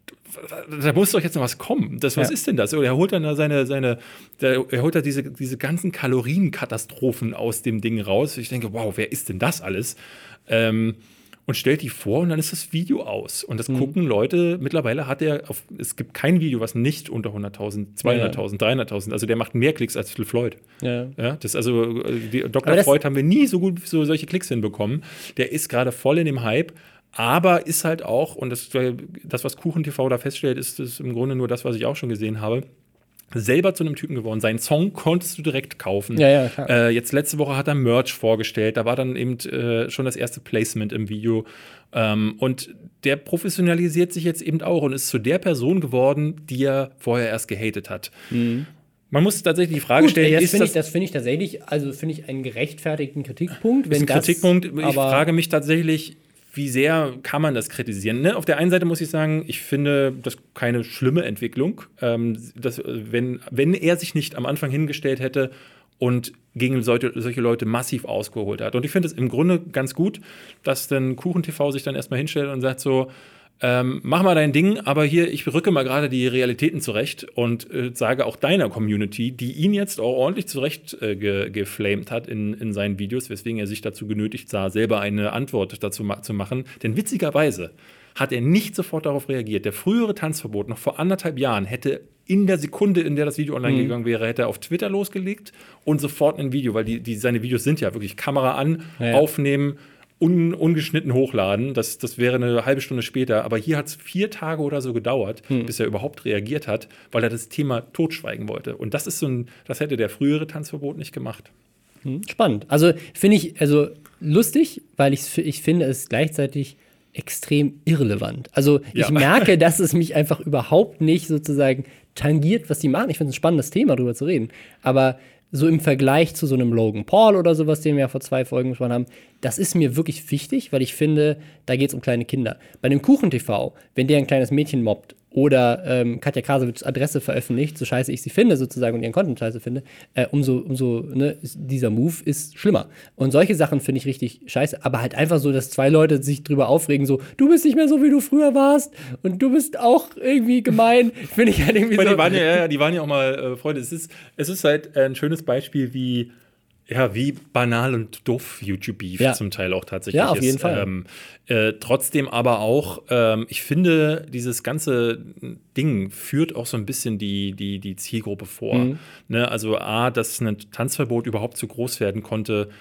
S1: da muss doch jetzt noch was kommen. Das, was ja. ist denn das? Er holt dann da seine, seine der, er holt da diese, diese ganzen Kalorienkatastrophen aus dem Ding raus. Ich denke, wow, wer ist denn das alles? Ähm, Und stellt die vor und dann ist das Video aus. Und das mhm. gucken Leute, mittlerweile hat er, auf, es gibt kein Video, was nicht unter hunderttausend, zweihunderttausend, ja, ja. dreihunderttausend, also der macht mehr Klicks als Phil Floyd. Ja. Ja, das, also die Doktor Freud haben wir nie so gut so solche Klicks hinbekommen. Der ist gerade voll in dem Hype, aber ist halt auch, und das, das was KuchenTV da feststellt, ist das im Grunde nur das, was ich auch schon gesehen habe, selber zu einem Typen geworden. Seinen Song konntest du direkt kaufen. Ja, ja, klar. Äh, jetzt letzte Woche hat er Merch vorgestellt. Da war dann eben äh, schon das erste Placement im Video. Ähm, und der professionalisiert sich jetzt eben auch und ist zu der Person geworden, die er vorher erst gehatet hat. Mhm. Man muss tatsächlich die Frage
S2: Gut,
S1: stellen,
S2: das
S1: ist
S2: find
S1: das...
S2: Ich, das finde ich tatsächlich, also finde ich einen gerechtfertigten Kritikpunkt.
S1: Wenn
S2: ist ein
S1: das, Kritikpunkt. Ich frage mich tatsächlich, wie sehr kann man das kritisieren? Ne? Auf der einen Seite muss ich sagen, ich finde das keine schlimme Entwicklung. Ähm, dass, wenn, wenn er sich nicht am Anfang hingestellt hätte und gegen solche, solche Leute massiv ausgeholt hat. Und ich finde es im Grunde ganz gut, dass dann KuchenTV sich dann erstmal hinstellt und sagt so, Ähm, mach mal dein Ding, aber hier, ich rücke mal gerade die Realitäten zurecht und äh, sage auch deiner Community, die ihn jetzt auch ordentlich zurecht äh, ge- geflamed hat in, in seinen Videos, weswegen er sich dazu genötigt sah, selber eine Antwort dazu ma- zu machen. Denn witzigerweise hat er nicht sofort darauf reagiert. Der frühere Tanzverbot, noch vor anderthalb Jahren, hätte in der Sekunde, in der das Video online mhm. gegangen wäre, hätte er auf Twitter losgelegt und sofort ein Video, weil die, die, seine Videos sind ja wirklich Kamera an, ja, ja. aufnehmen, Un, ungeschnitten hochladen, das, das wäre eine halbe Stunde später. Aber hier hat es vier Tage oder so gedauert, hm. bis er überhaupt reagiert hat, weil er das Thema totschweigen wollte. Und das ist so ein, das hätte der frühere Tanzverbot nicht gemacht.
S2: Hm. Spannend. Also finde ich, also lustig, weil ich, ich finde es gleichzeitig extrem irrelevant. Also ich ja. merke, dass es mich einfach überhaupt nicht sozusagen tangiert, was die machen. Ich finde es ein spannendes Thema, darüber zu reden. Aber so im Vergleich zu so einem Logan Paul oder sowas, den wir ja vor zwei Folgen gesprochen haben, das ist mir wirklich wichtig, weil ich finde, da geht es um kleine Kinder. Bei einem KuchenTV, wenn der ein kleines Mädchen mobbt oder ähm, Katja Krasowitz Adresse veröffentlicht, so scheiße ich sie finde sozusagen und ihren Content scheiße finde, äh, umso, umso ne, dieser Move ist schlimmer. Und solche Sachen finde ich richtig scheiße, aber halt einfach so, dass zwei Leute sich drüber aufregen, so, du bist nicht mehr so, wie du früher warst und du bist auch irgendwie gemein, finde ich halt irgendwie
S1: Weil
S2: so.
S1: Die waren ja, ja, die waren ja auch mal äh, Freunde. Es ist, es ist halt ein schönes Beispiel, wie Ja, wie banal und doof YouTube-Beef ja. zum Teil auch tatsächlich ist.
S2: Ja, auf jeden
S1: ist.
S2: Fall.
S1: Ähm, äh, trotzdem aber auch, ähm, ich finde, dieses ganze Ding führt auch so ein bisschen die, die, die Zielgruppe vor. Mhm. Ne? Also A, dass ein Tanzverbot überhaupt zu groß werden konnte,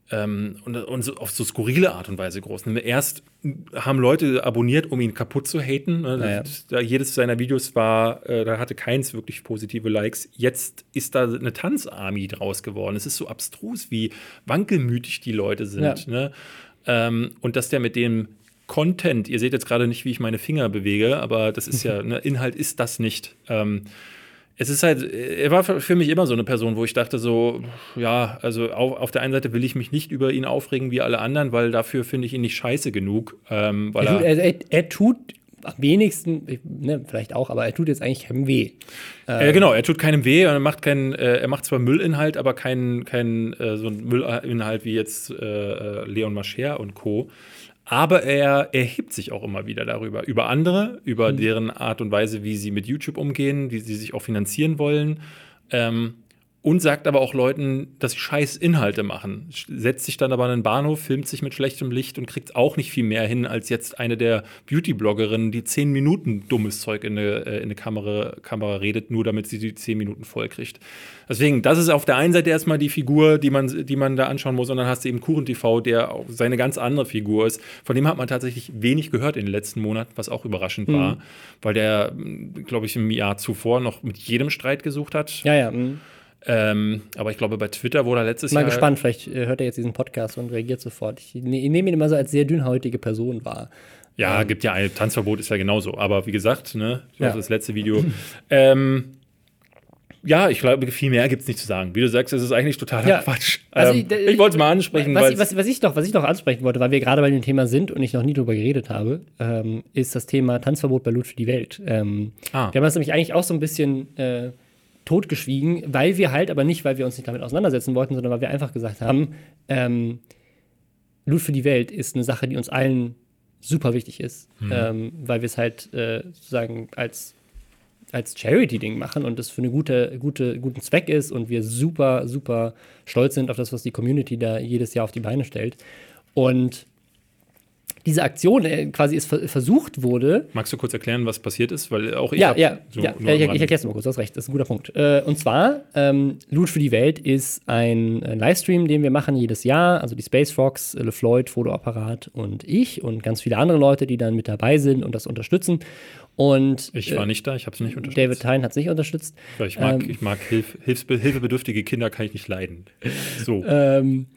S1: Ähm, und, und so, auf so skurrile Art und Weise groß. Erst haben Leute abonniert, um ihn kaputt zu haten. Ne?
S2: Naja.
S1: Da, jedes seiner Videos war, äh, da hatte keins wirklich positive Likes. Jetzt ist da eine Tanzarmy draus geworden. Es ist so abstrus, wie wankelmütig die Leute sind.
S2: Ja.
S1: Ne? Ähm, und dass der mit dem Content, ihr seht jetzt gerade nicht, wie ich meine Finger bewege, aber das ist ja, ne, Inhalt ist das nicht. Ähm, Es ist halt, er war für mich immer so eine Person, wo ich dachte so, ja, also auf, auf der einen Seite will ich mich nicht über ihn aufregen wie alle anderen, weil dafür finde ich ihn nicht scheiße genug. Ähm, weil
S2: er, tut,
S1: er,
S2: er, er tut am wenigsten, ne, vielleicht auch, aber er tut jetzt eigentlich keinem weh.
S1: äh, genau, er tut keinem weh und er macht keinen, äh, er macht zwar Müllinhalt, aber keinen kein, äh, so einen Müllinhalt wie jetzt äh, Leon Mascher und Co. Aber er erhebt sich auch immer wieder darüber, über andere, über mhm. deren Art und Weise, wie sie mit YouTube umgehen, wie sie sich auch finanzieren wollen. Ähm, und sagt aber auch Leuten, dass sie scheiß Inhalte machen. Setzt sich dann aber an einen Bahnhof, filmt sich mit schlechtem Licht und kriegt auch nicht viel mehr hin, als jetzt eine der Beauty-Bloggerinnen, die zehn Minuten dummes Zeug in eine, in eine Kamera, Kamera redet, nur damit sie die zehn Minuten voll kriegt. Deswegen, das ist auf der einen Seite erstmal die Figur, die man, die man da anschauen muss. Und dann hast du eben KuchenTV, der auch seine ganz andere Figur ist. Von dem hat man tatsächlich wenig gehört in den letzten Monaten, was auch überraschend mhm. war. Weil der, glaube ich, im Jahr zuvor noch mit jedem Streit gesucht hat.
S2: Ja, ja. Mhm.
S1: Ähm, aber ich glaube, bei Twitter wurde er letztes
S2: Mal
S1: Jahr.
S2: Mal gespannt, vielleicht äh, hört er jetzt diesen Podcast und reagiert sofort. Ich, ne, ich nehme ihn immer so als sehr dünnhäutige Person wahr.
S1: Ja,
S2: ähm.
S1: gibt ja ein Tanzverbot, ist ja genauso. Aber wie gesagt, ne,
S2: ja.
S1: das letzte Video. ähm, ja, ich glaube, viel mehr gibt es nicht zu sagen. Wie du sagst, es ist eigentlich totaler
S2: ja.
S1: Quatsch.
S2: Also
S1: ähm,
S2: ich
S1: ich wollte es mal ansprechen.
S2: Was, was, was, ich noch, was ich noch ansprechen wollte, weil wir gerade bei dem Thema sind und ich noch nie drüber geredet habe, ähm, ist das Thema Tanzverbot bei Loot für die Welt. Ähm, ah. Wir haben das nämlich eigentlich auch so ein bisschen äh, totgeschwiegen, weil wir halt, aber nicht, weil wir uns nicht damit auseinandersetzen wollten, sondern weil wir einfach gesagt haben, ähm, Loot für die Welt ist eine Sache, die uns allen super wichtig ist, mhm. ähm, weil wir es halt äh, sozusagen als als Charity-Ding machen und das für einen gute, gute, guten Zweck ist und wir super, super stolz sind auf das, was die Community da jedes Jahr auf die Beine stellt. Und diese Aktion äh, quasi ist ver- versucht wurde.
S1: Magst du kurz erklären, was passiert ist? Weil auch ich
S2: ja, ja,
S1: so
S2: ja, ja, ich, ich erkläre es mal kurz, du hast recht, das ist ein guter Punkt. Äh, und zwar, ähm, Loot für die Welt ist ein, ein Livestream, den wir machen jedes Jahr. Also die Space Fox, LeFloid, Fotoapparat und ich und ganz viele andere Leute, die dann mit dabei sind und das unterstützen. Und,
S1: ich war nicht da, ich habe es nicht unterstützt.
S2: David Tyne hat es nicht unterstützt.
S1: Weil ich mag, ähm, ich mag Hilf, Hilfsbe- hilfebedürftige Kinder, kann ich nicht leiden. So.
S2: ähm,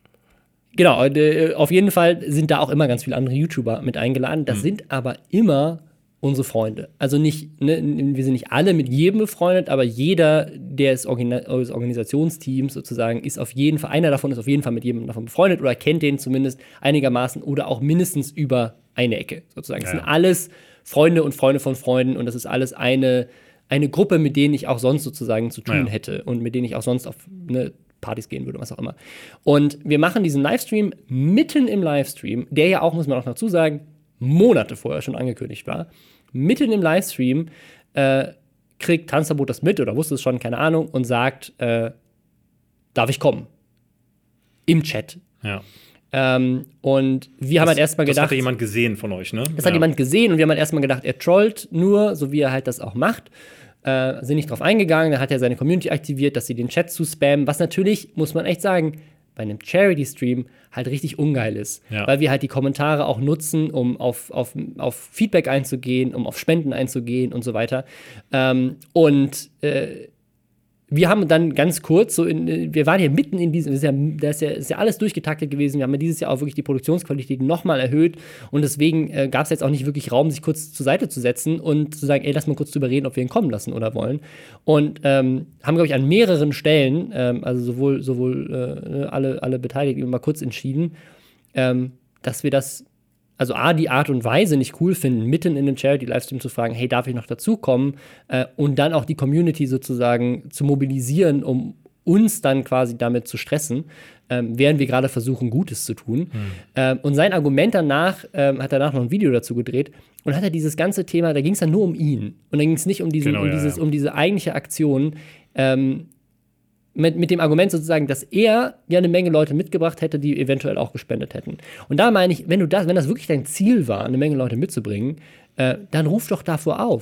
S2: genau, äh, auf jeden Fall sind da auch immer ganz viele andere YouTuber mit eingeladen. Das hm. sind aber immer unsere Freunde. Also nicht, ne, wir sind nicht alle mit jedem befreundet, aber jeder des, Organ- des Organisationsteams sozusagen ist auf jeden Fall, einer davon ist auf jeden Fall mit jedem davon befreundet oder kennt den zumindest einigermaßen oder auch mindestens über eine Ecke sozusagen. Das ja. sind alles Freunde und Freunde von Freunden und das ist alles eine, eine Gruppe, mit denen ich auch sonst sozusagen zu tun ja. hätte und mit denen ich auch sonst auf ne, Partys gehen würde, was auch immer. Und wir machen diesen Livestream mitten im Livestream, der ja auch, muss man auch dazu sagen, Monate vorher schon angekündigt war. Mitten im Livestream äh, kriegt Tanzverbot das mit oder wusste es schon, keine Ahnung, und sagt, äh, darf ich kommen? Im Chat.
S1: Ja.
S2: Ähm, und wir das, haben halt erstmal gedacht. Das
S1: hat jemand gesehen von euch, ne?
S2: Das ja. hat jemand gesehen und wir haben halt erstmal gedacht, er trollt nur, so wie er halt das auch macht. Äh, sind nicht drauf eingegangen, dann hat er seine Community aktiviert, dass sie den Chat zu spammen, was natürlich, muss man echt sagen, bei einem Charity-Stream halt richtig ungeil ist. Ja. Weil wir halt die Kommentare auch nutzen, um auf, auf, auf Feedback einzugehen, um auf Spenden einzugehen und so weiter. Ähm, und äh, wir haben dann ganz kurz, so in, wir waren ja mitten in diesem, das ist ja, das ist ja, ist ja alles durchgetaktet gewesen, wir haben ja dieses Jahr auch wirklich die Produktionsqualität nochmal erhöht und deswegen äh, gab es jetzt auch nicht wirklich Raum, sich kurz zur Seite zu setzen und zu sagen, ey, lass mal kurz drüber reden, ob wir ihn kommen lassen oder wollen. Und ähm, haben, glaube ich, an mehreren Stellen, ähm, also sowohl, sowohl äh, alle, alle Beteiligten mal kurz entschieden, ähm, dass wir das also A, die Art und Weise nicht cool finden, mitten in einem Charity-Livestream zu fragen, hey, darf ich noch dazukommen? Äh, und dann auch die Community sozusagen zu mobilisieren, um uns dann quasi damit zu stressen, ähm, während wir gerade versuchen, Gutes zu tun. Mhm. Ähm, und sein Argument danach, ähm, hat danach noch ein Video dazu gedreht und hat er dieses ganze Thema, da ging es dann nur um ihn. Und da ging es nicht um, diesen, genau, um, ja, dieses, ja. um diese eigentliche Aktion, ähm, Mit, mit dem Argument sozusagen, dass er ja eine Menge Leute mitgebracht hätte, die eventuell auch gespendet hätten. Und da meine ich, wenn du das, wenn das wirklich dein Ziel war, eine Menge Leute mitzubringen, äh, dann ruf doch davor auf.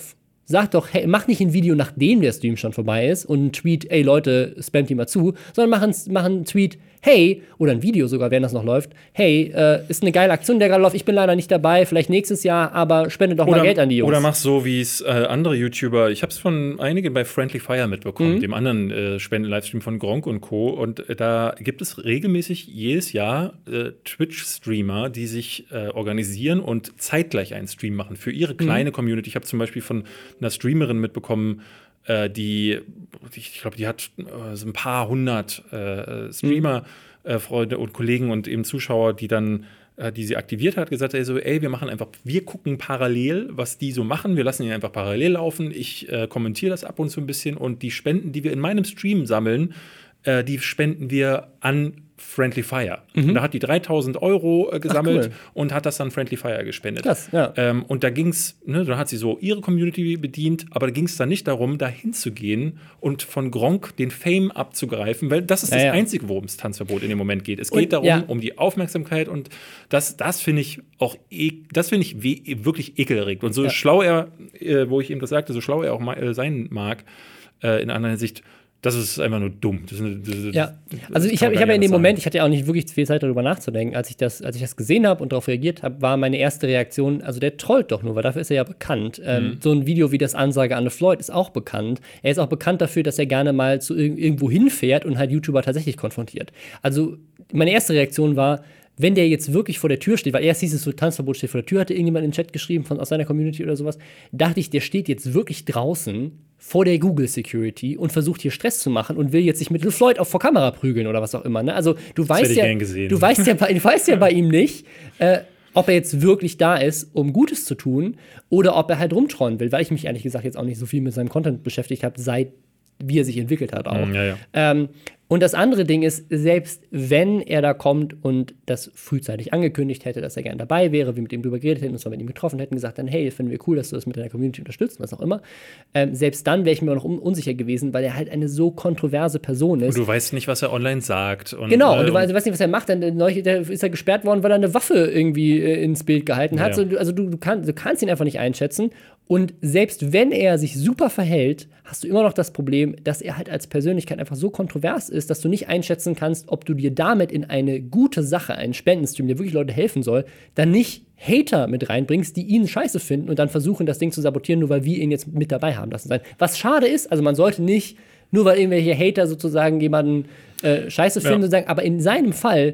S2: sag doch, hey, mach nicht ein Video, nachdem der Stream schon vorbei ist und ein Tweet, ey Leute, spamt die mal zu, sondern mach einen, mach einen Tweet, hey, oder ein Video sogar, während das noch läuft, hey, äh, ist eine geile Aktion, der gerade läuft, ich bin leider nicht dabei, vielleicht nächstes Jahr, aber spende doch
S1: oder,
S2: mal Geld an die Jungs.
S1: Oder mach so, wie es äh, andere YouTuber, ich habe es von einigen bei Friendly Fire mitbekommen, mhm. dem anderen äh, Spenden-Livestream von Gronkh und Co. Und äh, da gibt es regelmäßig jedes Jahr äh, Twitch-Streamer, die sich äh, organisieren und zeitgleich einen Stream machen für ihre kleine mhm. Community. Ich habe zum Beispiel von einer Streamerin mitbekommen, äh, die, ich glaube, die hat äh, so ein paar hundert äh, Streamer, mhm. äh, Freunde und Kollegen und eben Zuschauer, die dann äh, die sie aktiviert hat, gesagt hat, so, ey, wir machen einfach, wir gucken parallel, was die so machen, wir lassen ihn einfach parallel laufen, ich äh, kommentiere das ab und zu ein bisschen und die Spenden, die wir in meinem Stream sammeln, äh, die spenden wir an Friendly Fire. Mhm. Und da hat die dreitausend Euro äh, gesammelt. Ach, cool. Und hat das dann Friendly Fire gespendet.
S2: Krass, ja.
S1: Ähm, und da ging es, ne, da hat sie so ihre Community bedient, aber da ging es dann nicht darum, da hinzugehen und von Gronkh den Fame abzugreifen, weil das ist ja, das ja. Einzige, worum es Tanzverbot in dem Moment geht. Es geht und, darum, ja. um die Aufmerksamkeit und das, das finde ich auch, e- das finde ich we- wirklich ekelerregend. Und so ja. schlau er, äh, wo ich eben das sagte, so schlau er auch mal, äh, sein mag, äh, in anderer Hinsicht, das ist einfach nur dumm. Das ist eine, das ist,
S2: ja, also ich habe ich hab ja in dem Moment, ich hatte ja auch nicht wirklich viel Zeit darüber nachzudenken, als ich das, als ich das gesehen habe und darauf reagiert habe, war meine erste Reaktion, also der trollt doch nur, weil dafür ist er ja bekannt. Mhm. Ähm, so ein Video wie das Ansage an Floyd ist auch bekannt. Er ist auch bekannt dafür, dass er gerne mal zu ir- irgendwo hinfährt und halt YouTuber tatsächlich konfrontiert. Also meine erste Reaktion war, wenn der jetzt wirklich vor der Tür steht, weil erst hieß es so, Tanzverbot steht vor der Tür, hatte irgendjemand in den Chat geschrieben von, aus seiner Community oder sowas, dachte ich, der steht jetzt wirklich draußen vor der Google-Security und versucht hier Stress zu machen und will jetzt sich mit Lil Floyd auch vor Kamera prügeln oder was auch immer. Ne? Also du
S1: das
S2: weißt ja, du weißt ja, du weißt ja bei ihm nicht, äh, ob er jetzt wirklich da ist, um Gutes zu tun oder ob er halt rumtrollen will, weil ich mich ehrlich gesagt jetzt auch nicht so viel mit seinem Content beschäftigt habe, seit wie er sich entwickelt hat auch.
S1: Ja, ja.
S2: Ähm, und das andere Ding ist, selbst wenn er da kommt und das frühzeitig angekündigt hätte, dass er gerne dabei wäre, wir mit ihm drüber geredet hätten, uns mal mit ihm getroffen hätten, gesagt dann, hey, finden wir cool, dass du das mit deiner Community unterstützt, was auch immer. Ähm, selbst dann wäre ich mir auch noch un- unsicher gewesen, weil er halt eine so kontroverse Person ist.
S1: Und du weißt nicht, was er online sagt. Und,
S2: genau,
S1: äh,
S2: und du weißt, weißt nicht, was er macht. Dann neulich ist er gesperrt worden, weil er eine Waffe irgendwie äh, ins Bild gehalten hat.
S1: Ja.
S2: So, also du, du, kann, du kannst ihn einfach nicht einschätzen. Und selbst wenn er sich super verhält, hast du immer noch das Problem, dass er halt als Persönlichkeit einfach so kontrovers ist, dass du nicht einschätzen kannst, ob du dir damit in eine gute Sache, einen Spendenstream, der wirklich Leute helfen soll, dann nicht Hater mit reinbringst, die ihn scheiße finden und dann versuchen, das Ding zu sabotieren, nur weil wir ihn jetzt mit dabei haben lassen sein. Was schade ist, also man sollte nicht, nur weil irgendwelche Hater sozusagen jemanden äh, scheiße finden, ja. sozusagen, aber in seinem Fall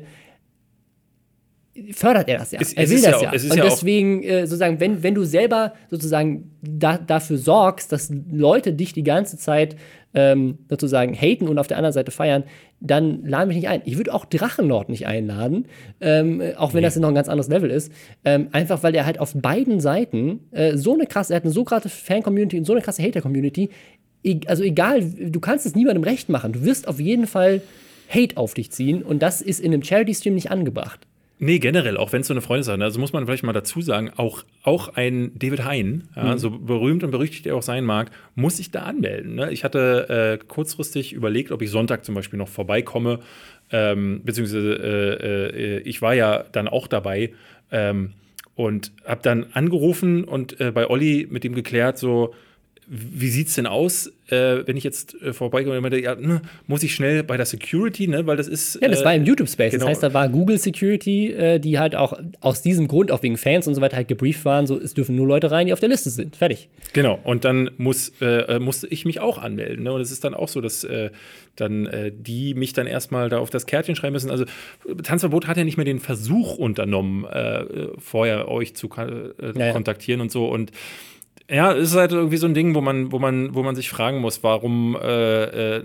S2: fördert er das ja.
S1: Es,
S2: er
S1: es
S2: will
S1: ist
S2: das
S1: ja. Auch,
S2: ja.
S1: es ist
S2: und
S1: ja
S2: deswegen, äh, sozusagen, wenn, wenn du selber sozusagen da, dafür sorgst, dass Leute dich die ganze Zeit ähm, sozusagen haten und auf der anderen Seite feiern, dann laden mich nicht ein. Ich würde auch Drachenlord nicht einladen, ähm, auch wenn nee. das noch ein ganz anderes Level ist. Ähm, einfach, weil er halt auf beiden Seiten äh, so eine krasse, er hat eine so krasse Fan-Community und so eine krasse Hater-Community. E- also egal, du kannst es niemandem recht machen. Du wirst auf jeden Fall Hate auf dich ziehen und das ist in einem Charity-Stream nicht angebracht.
S1: Nee, generell, auch wenn es so eine Freundessache ist. Also muss man vielleicht mal dazu sagen, auch, auch ein David Hein, ja, mhm. so berühmt und berüchtigt er auch sein mag, muss sich da anmelden. Ne? Ich hatte äh, kurzfristig überlegt, ob ich Sonntag zum Beispiel noch vorbeikomme. Ähm, beziehungsweise äh, äh, ich war ja dann auch dabei ähm, und habe dann angerufen und äh, bei Olli mit ihm geklärt, so, wie sieht's denn aus, äh, wenn ich jetzt äh, vorbeikomme? Und ja, ne, muss ich schnell bei der Security, ne, weil das ist.
S2: Ja, das
S1: äh,
S2: war im YouTube-Space.
S1: Genau.
S2: Das heißt, da war Google Security, äh, die halt auch aus diesem Grund, auch wegen Fans und so weiter, halt gebrieft waren. So, es dürfen nur Leute rein, die auf der Liste sind. Fertig.
S1: Genau. Und dann muss, äh, musste ich mich auch anmelden. Ne? Und es ist dann auch so, dass äh, dann äh, die mich dann erstmal da auf das Kärtchen schreiben müssen. Also Tanzverbot hat ja nicht mehr den Versuch unternommen, äh, vorher euch zu äh, ja, kontaktieren ja. und so. Und ja, es ist halt irgendwie so ein Ding, wo man, wo man, wo man sich fragen muss, warum, äh, äh,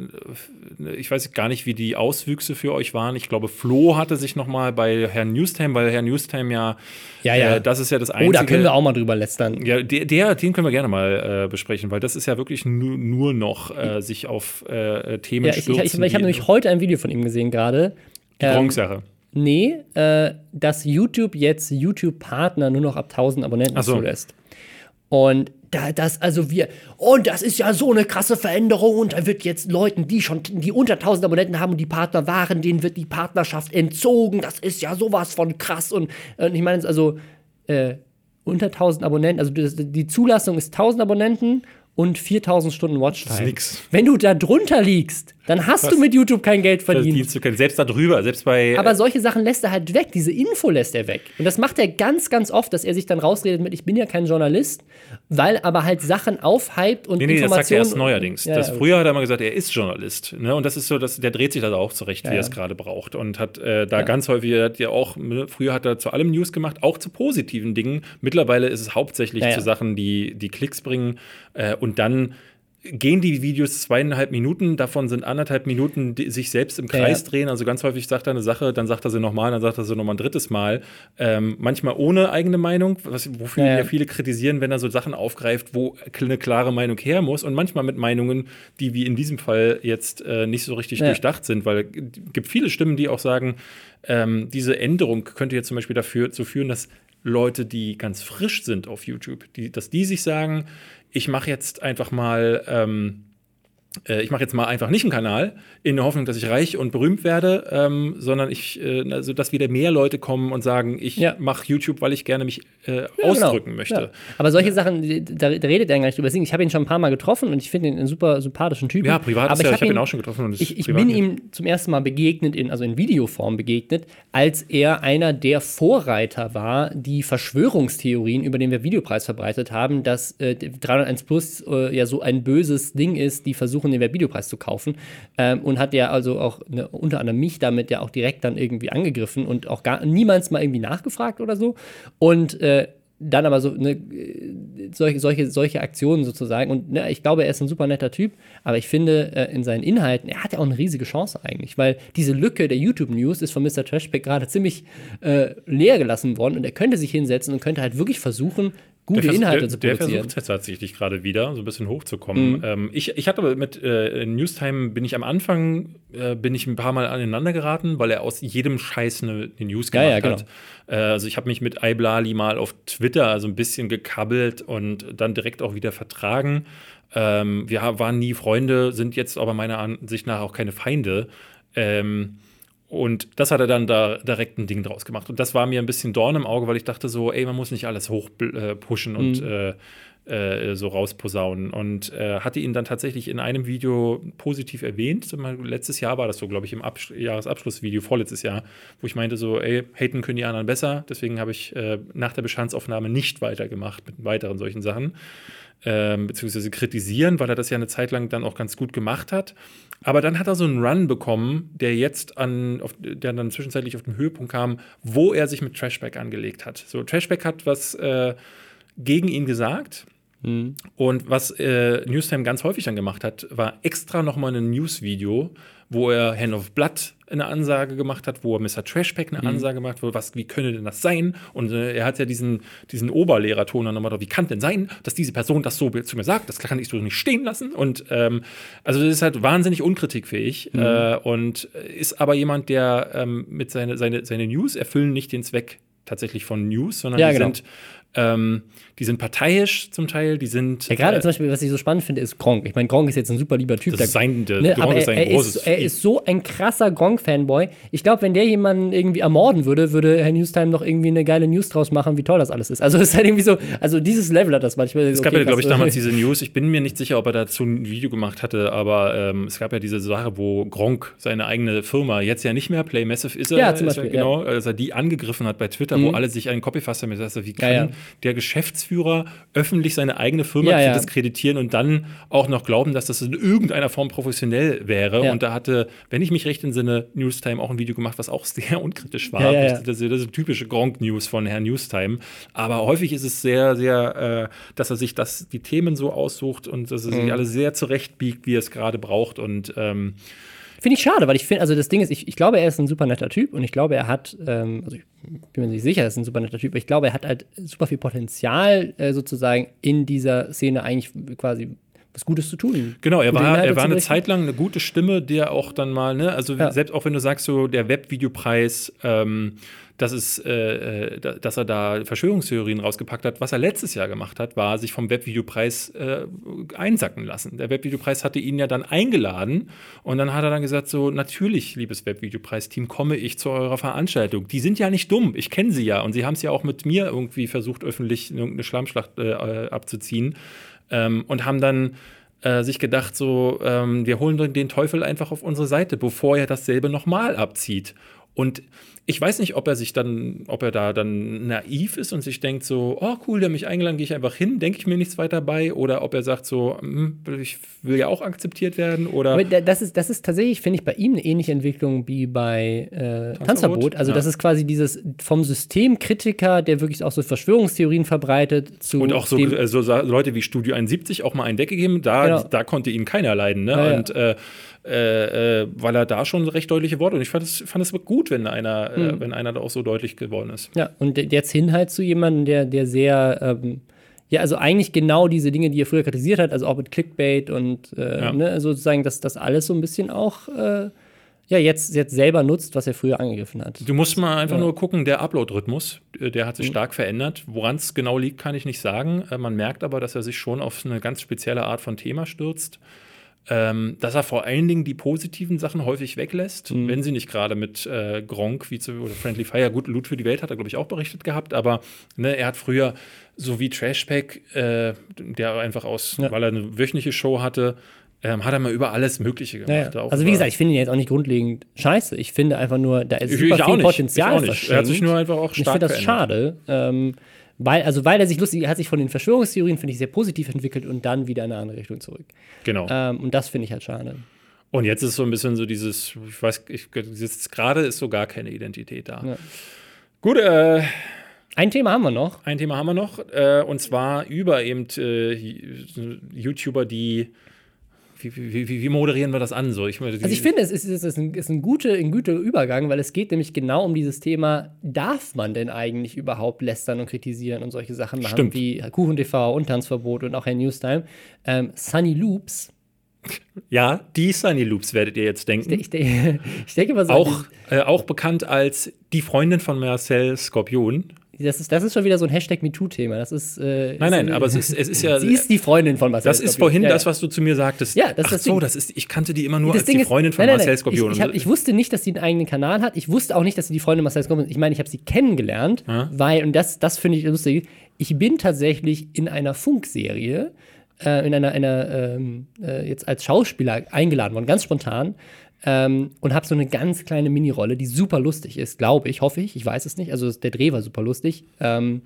S1: ich weiß gar nicht, wie die Auswüchse für euch waren. Ich glaube, Flo hatte sich noch mal bei Herrn Newstime, weil Herr Newstime ja,
S2: ja, ja.
S1: Äh, das ist ja das Einzige.
S2: Oh, da können wir auch mal drüber lästern.
S1: Ja, der, der den können wir gerne mal äh, besprechen, weil das ist ja wirklich nur, nur noch äh, sich auf äh, Themen
S2: ja, ich,
S1: stürzen.
S2: Ich, ich, ich habe nämlich heute ein Video von ihm gesehen gerade.
S1: Die ähm, Gronkh-Sache.
S2: Nee, äh, dass YouTube jetzt YouTube-Partner nur noch ab tausend Abonnenten
S1: Ach so.
S2: zulässt. Und da, das, also wir, und das ist ja so eine krasse Veränderung und da wird jetzt Leuten, die schon, die unter tausend Abonnenten haben und die Partner waren, denen wird die Partnerschaft entzogen, das ist ja sowas von krass und, und ich meine, also, äh, unter tausend Abonnenten, also die, die Zulassung ist tausend Abonnenten und viertausend Stunden Watchtime.
S1: Das ist nix.
S2: Wenn du da drunter liegst, dann hast Was? du mit YouTube kein Geld verdient.
S1: Du können. Selbst da drüber, selbst bei.
S2: Aber solche Sachen lässt er halt weg. Diese Info lässt er weg. Und das macht er ganz, ganz oft, dass er sich dann rausredet mit, ich bin ja kein Journalist, weil aber halt Sachen aufhypt und
S1: nee, nee,
S2: Informationen.
S1: Das sagt er erst neuerdings.
S2: Ja,
S1: das,
S2: ja,
S1: früher hat er immer gesagt, er ist Journalist. Ne? Und das ist so, dass, der dreht sich da auch zurecht,
S2: ja,
S1: wie er
S2: ja.
S1: es gerade braucht. Und hat äh, da
S2: ja.
S1: ganz häufig, hat ja auch, früher hat er zu allem News gemacht, auch zu positiven Dingen. Mittlerweile ist es hauptsächlich
S2: ja, ja.
S1: zu Sachen, die, die Klicks bringen. Äh, und dann gehen die Videos zweieinhalb Minuten, davon sind anderthalb Minuten die sich selbst im Kreis ja. drehen. Also ganz häufig sagt er eine Sache, dann sagt er sie nochmal, dann sagt er sie nochmal ein drittes Mal. Ähm, manchmal ohne eigene Meinung, was, wofür ja, ja viele kritisieren, wenn er so Sachen aufgreift, wo eine klare Meinung her muss. Und manchmal mit Meinungen, die wie in diesem Fall jetzt äh, nicht so richtig ja. durchdacht sind. Weil es gibt viele Stimmen, die auch sagen, ähm, diese Änderung könnte jetzt zum Beispiel dafür dazu führen, dass Leute, die ganz frisch sind auf YouTube, die, dass die sich sagen, ich mache jetzt einfach mal, ähm, äh, ich mache jetzt mal einfach nicht einen Kanal, in der Hoffnung, dass ich reich und berühmt werde, ähm, sondern ich, äh, also dass wieder mehr Leute kommen und sagen, ich ja. mache YouTube, weil ich gerne mich äh, ja, ausdrücken genau. möchte. Ja.
S2: Aber solche ja. Sachen, da, da redet er gar nicht drüber. Ich habe ihn schon ein paar Mal getroffen und ich finde ihn einen super sympathischen Typen.
S1: Ja, privat
S2: aber
S1: ist
S2: ich
S1: ja,
S2: habe
S1: ich habe
S2: ihn,
S1: ihn auch schon getroffen. Und
S2: ich ich bin ihm zum ersten Mal begegnet, in, also in Videoform begegnet, als er einer der Vorreiter war, die Verschwörungstheorien über den Webvideopreis verbreitet haben, dass äh, dreihunderteins Plus äh, ja so ein böses Ding ist, die versuchen, den Webvideopreis zu kaufen. Ähm, und hat ja also auch ne, unter anderem mich damit ja auch direkt dann irgendwie angegriffen und auch gar niemals mal irgendwie nachgefragt oder so. Und äh, dann aber so ne, solche, solche, solche Aktionen sozusagen. Und ne, ich glaube, er ist ein super netter Typ, aber ich finde, äh, in seinen Inhalten, er hat ja auch eine riesige Chance eigentlich, weil diese Lücke der YouTube-News ist von Mister Trashback gerade ziemlich äh, leer gelassen worden und er könnte sich hinsetzen und könnte halt wirklich versuchen, gute
S1: der
S2: Inhalte
S1: der,
S2: zu produzieren.
S1: Der versucht tatsächlich gerade wieder, so ein bisschen hochzukommen. Mhm. Ähm, ich, ich hatte aber mit äh, Newstime, bin ich am Anfang, äh, bin ich ein paar Mal aneinander geraten, weil er aus jedem Scheiß eine, eine News gemacht ja, ja, genau. hat. Äh, also ich habe mich mit Iblali mal auf Twitter also ein bisschen gekabbelt und dann direkt auch wieder vertragen. Ähm, wir waren nie Freunde, sind jetzt aber meiner Ansicht nach auch keine Feinde. Ähm, Und das hat er dann da direkt ein Ding draus gemacht. Und das war mir ein bisschen Dorn im Auge, weil ich dachte so, ey, man muss nicht alles hoch äh, pushen und mhm. äh, äh, so rausposaunen. Und äh, hatte ihn dann tatsächlich in einem Video positiv erwähnt. Letztes Jahr war das so, glaube ich, im Abs- Jahresabschlussvideo, vorletztes Jahr, wo ich meinte so, ey, haten können die anderen besser. Deswegen habe ich äh, nach der Bestandsaufnahme nicht weitergemacht mit weiteren solchen Sachen. Ähm, beziehungsweise kritisieren, weil er das ja eine Zeit lang dann auch ganz gut gemacht hat. Aber dann hat er so einen Run bekommen, der jetzt an, auf, der dann zwischenzeitlich auf den Höhepunkt kam, wo er sich mit Trashback angelegt hat. So, Trashback hat was äh, gegen ihn gesagt. Mhm. Und was äh, Newstime ganz häufig dann gemacht hat, war extra nochmal ein News-Video, wo er Hand of Blood eine Ansage gemacht hat, wo er Mister Trashback eine mhm. Ansage gemacht hat, was, wie könnte denn das sein? Und äh, er hat ja diesen, diesen Oberlehrerton dann nochmal, wie kann denn sein, dass diese Person das so zu mir sagt? Das kann ich so nicht stehen lassen. Und ähm, also das ist halt wahnsinnig unkritikfähig mhm. äh, und ist aber jemand, der ähm, mit seine, seine, seine News erfüllen nicht den Zweck tatsächlich von News, sondern
S2: ja,
S1: die
S2: genau.
S1: sind Ähm, die sind parteiisch zum Teil, die sind.
S2: Ja, gerade
S1: äh,
S2: zum Beispiel, was ich so spannend finde, ist Gronkh. Ich meine, Gronkh ist jetzt ein super lieber Typ.
S1: Das ist sein, der,
S2: ne,
S1: Gronkh
S2: aber
S1: ist ein
S2: er, er
S1: großes.
S2: Ist, er ist so ein krasser Gronkh-Fanboy. Ich glaube, wenn der jemanden irgendwie ermorden würde, würde Herr Newstime noch irgendwie eine geile News draus machen, wie toll das alles ist. Also es ist halt irgendwie so, also dieses Level hat das manchmal.
S1: Es gab
S2: okay,
S1: ja, glaube ich, damals diese News. Ich bin mir nicht sicher, ob er dazu ein Video gemacht hatte, aber ähm, es gab ja diese Sache, wo Gronkh seine eigene Firma, jetzt ja nicht mehr, Play Massive ist er,
S2: ja, zum
S1: ist
S2: Beispiel,
S1: er genau,
S2: ja.
S1: als er die angegriffen hat bei Twitter,
S2: mhm.
S1: wo alle sich einen Copy fasst haben. Also, wie kann
S2: ja, ja.
S1: der Geschäftsführer öffentlich seine eigene Firma
S2: ja, ja.
S1: diskreditieren und dann auch noch glauben, dass das in irgendeiner Form professionell wäre.
S2: Ja.
S1: Und da hatte, wenn ich mich recht entsinne, Newstime auch ein Video gemacht, was auch sehr unkritisch war.
S2: Ja, ja, ja.
S1: Das, das, das ist typische Gronk-News von Herrn Newstime. Aber häufig ist es sehr, sehr, äh, dass er sich das, die Themen so aussucht und dass er sich
S2: mhm.
S1: alle sehr zurechtbiegt, wie er es gerade braucht. Und ähm,
S2: finde ich schade, weil ich finde, also das Ding ist, ich, ich glaube, er ist ein super netter Typ und ich glaube, er hat, ähm, also ich bin mir nicht sicher, er ist ein super netter Typ, aber ich glaube, er hat halt super viel Potenzial äh, sozusagen in dieser Szene eigentlich quasi was Gutes zu tun.
S1: Genau, er war, er war eine Zeit lang eine gute Stimme, der auch dann mal, ne, also ja. selbst auch wenn du sagst, so der Webvideopreis, ähm, dass, es, äh, dass er da Verschwörungstheorien rausgepackt hat. Was er letztes Jahr gemacht hat, war sich vom Webvideopreis äh, einsacken lassen. Der Webvideopreis hatte ihn ja dann eingeladen und dann hat er dann gesagt, so natürlich, liebes Webvideopreis-Team, komme ich zu eurer Veranstaltung. Die sind ja nicht dumm, ich kenne sie ja und sie haben es ja auch mit mir irgendwie versucht, öffentlich irgendeine Schlammschlacht äh, abzuziehen. ähm, und haben dann äh, sich gedacht, so, ähm, wir holen den Teufel einfach auf unsere Seite, bevor er dasselbe nochmal abzieht. Und ich weiß nicht, ob er sich dann, ob er da dann naiv ist und sich denkt so, oh cool, der hat mich eingeladen, gehe ich einfach hin, denke ich mir nichts weiter bei, oder ob er sagt so, hm, ich will ja auch akzeptiert werden, oder.
S2: Aber das ist, das ist tatsächlich, finde ich, bei ihm eine ähnliche Entwicklung wie bei äh, Tanzverbot. Also
S1: ja.
S2: das ist quasi dieses vom Systemkritiker, der wirklich auch so Verschwörungstheorien verbreitet, zu
S1: und auch so,
S2: dem,
S1: äh, so Leute wie Studio einundsiebzig auch mal einen Decke geben, da,
S2: genau.
S1: da konnte ihn keiner leiden, ne?
S2: Ja, ja.
S1: Und äh, Äh, äh, weil er da schon recht deutliche Worte, und ich fand es fand es gut, wenn einer,
S2: hm.
S1: äh, wenn einer da auch so deutlich geworden ist.
S2: Ja, und jetzt hin halt zu jemandem, der, der sehr, ähm, ja, also eigentlich genau diese Dinge, die er früher kritisiert hat, also auch mit Clickbait und äh,
S1: ja.
S2: ne, sozusagen, dass das alles so ein bisschen auch äh, ja, jetzt, jetzt selber nutzt, was er früher angegriffen hat.
S1: Du musst mal einfach
S2: ja.
S1: nur gucken, der Upload-Rhythmus, der hat sich
S2: mhm.
S1: stark verändert. Woran es genau liegt, kann ich nicht sagen. Äh, man merkt aber, dass er sich schon auf eine ganz spezielle Art von Thema stürzt. Ähm, dass er vor allen Dingen die positiven Sachen häufig weglässt, mhm. wenn sie nicht gerade mit äh, Gronkh wie zu, oder Friendly Fire, gut, Loot für die Welt hat er, glaube ich, auch berichtet gehabt, aber ne, er hat früher so wie Trashpack, äh, der einfach aus, ja. weil er eine wöchentliche Show hatte, ähm, hat er mal über alles Mögliche gemacht.
S2: Ja, ja. Also wie gesagt, ich finde ihn jetzt auch nicht grundlegend scheiße. Ich finde einfach nur, da ist
S1: ich,
S2: super
S1: ich
S2: viel
S1: nicht.
S2: Potenzial
S1: verschenkt. Er hat sich nur einfach auch stark
S2: Ich finde das
S1: verändert.
S2: schade. Ähm, Weil, also weil er sich lustig, er hat sich von den Verschwörungstheorien, finde ich, sehr positiv entwickelt und dann wieder in eine andere Richtung zurück.
S1: Genau.
S2: Ähm, und das finde ich halt schade.
S1: Und jetzt ist so ein bisschen so dieses, ich weiß, ich, jetzt gerade ist so gar keine Identität da.
S2: Ja.
S1: Gut, äh,
S2: ein Thema haben wir noch.
S1: Ein Thema haben wir noch, äh, und zwar über eben äh, YouTuber, die Wie, wie, wie, wie moderieren wir das an? So? Ich,
S2: also ich finde, es ist, es ist, ein, ist ein, gute, ein guter Übergang, weil es geht nämlich genau um dieses Thema, darf man denn eigentlich überhaupt lästern und kritisieren und solche Sachen machen,
S1: Stimmt.
S2: wie Kuchen T V und Tanzverbot und auch Herr Newstime. Ähm, Sunny Loops.
S1: Ja, die Sunny Loops werdet ihr jetzt denken.
S2: Ich, ich, ich denke mal so.
S1: Auch, äh, auch bekannt als die Freundin von Marcel Skorpion.
S2: Das ist, das ist schon wieder so ein Hashtag MeToo-Thema. Das ist, äh,
S1: nein, nein,
S2: ist,
S1: aber es ist, es ist ja.
S2: Sie ist die Freundin von Marcel
S1: Das
S2: Skorpion.
S1: ist vorhin
S2: ja,
S1: das,
S2: ja.
S1: was du zu mir sagtest.
S2: Ja, das ist
S1: Ach
S2: das
S1: so,
S2: Ding.
S1: das ist, ich kannte die immer nur
S2: das
S1: als
S2: Ding
S1: die
S2: ist,
S1: Freundin von
S2: nein, nein,
S1: Marcel
S2: nein.
S1: Skorpion.
S2: Ich, ich, hab, ich wusste nicht, dass sie einen eigenen Kanal hat. Ich wusste auch nicht, dass sie die Freundin Marcel Skorpion ist. Ich meine, ich habe sie kennengelernt,
S1: ja.
S2: weil, und das, das finde ich lustig, ich bin tatsächlich in einer Funkserie, äh, in einer, einer ähm, äh, jetzt als Schauspieler eingeladen worden, ganz spontan. Ähm, und habe so eine ganz kleine Mini-Rolle, die super lustig ist, glaube ich, hoffe ich. Ich weiß es nicht. Also der Dreh war super lustig. Ähm,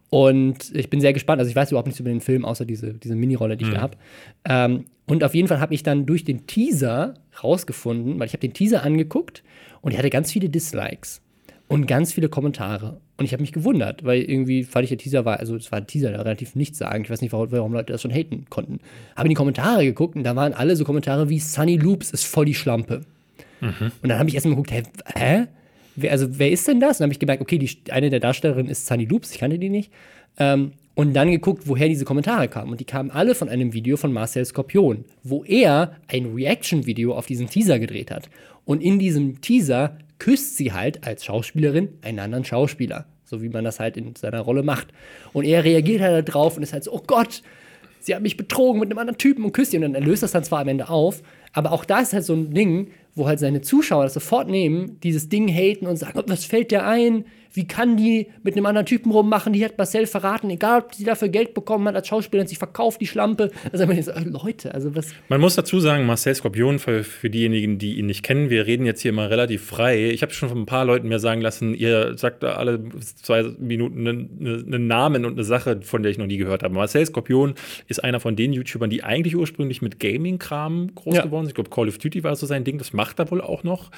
S2: und ich bin sehr gespannt. Also ich weiß überhaupt nichts über den Film, außer diese, diese Mini-Rolle, die ich
S1: mhm.
S2: da habe. Ähm, und auf jeden Fall habe ich dann durch den Teaser rausgefunden, weil ich habe den Teaser angeguckt und er hatte ganz viele Dislikes und ganz viele Kommentare. Und ich habe mich gewundert, weil irgendwie fand ich, der Teaser war, also es war ein Teaser, der relativ nichts sagen. Ich weiß nicht, warum, warum Leute das schon haten konnten. Habe in die Kommentare geguckt und da waren alle so Kommentare wie Sunny Loops ist voll die Schlampe. Mhm. Und dann habe ich erstmal geguckt, hä? hä? Wer, also wer ist denn das? Und dann habe ich gemerkt, okay, die, eine der Darstellerinnen ist Sunny Loops, ich kannte die nicht. Ähm, und dann geguckt, woher diese Kommentare kamen. Und die kamen alle von einem Video von Marcel Skorpion, wo er ein Reaction-Video auf diesen Teaser gedreht hat. Und in diesem Teaser küsst sie halt als Schauspielerin einen anderen Schauspieler. So wie man das halt in seiner Rolle macht. Und er reagiert halt da drauf und ist halt so, oh Gott, sie hat mich betrogen mit einem anderen Typen und küsst ihn. Und dann löst das dann zwar am Ende auf, aber auch da ist halt so ein Ding, wo halt seine Zuschauer das sofort nehmen, dieses Ding haten und sagen, was fällt dir ein? Wie kann die mit einem anderen Typen rummachen? Die hat Marcel verraten, egal ob sie dafür Geld bekommen hat als Schauspielerin, sich verkauft, die Schlampe. Also ich so, Leute, also was.
S1: Man muss dazu sagen, Marcel Skorpion, für, für diejenigen, die ihn nicht kennen, wir reden jetzt hier mal relativ frei. Ich habe schon von ein paar Leuten mir sagen lassen, ihr sagt da alle zwei Minuten einen, einen Namen und eine Sache, von der ich noch nie gehört habe. Marcel Skorpion ist einer von den YouTubern, die eigentlich ursprünglich mit Gaming-Kram groß
S2: ja.
S1: geworden sind. Ich glaube, Call of Duty war so sein Ding, das macht er wohl auch noch.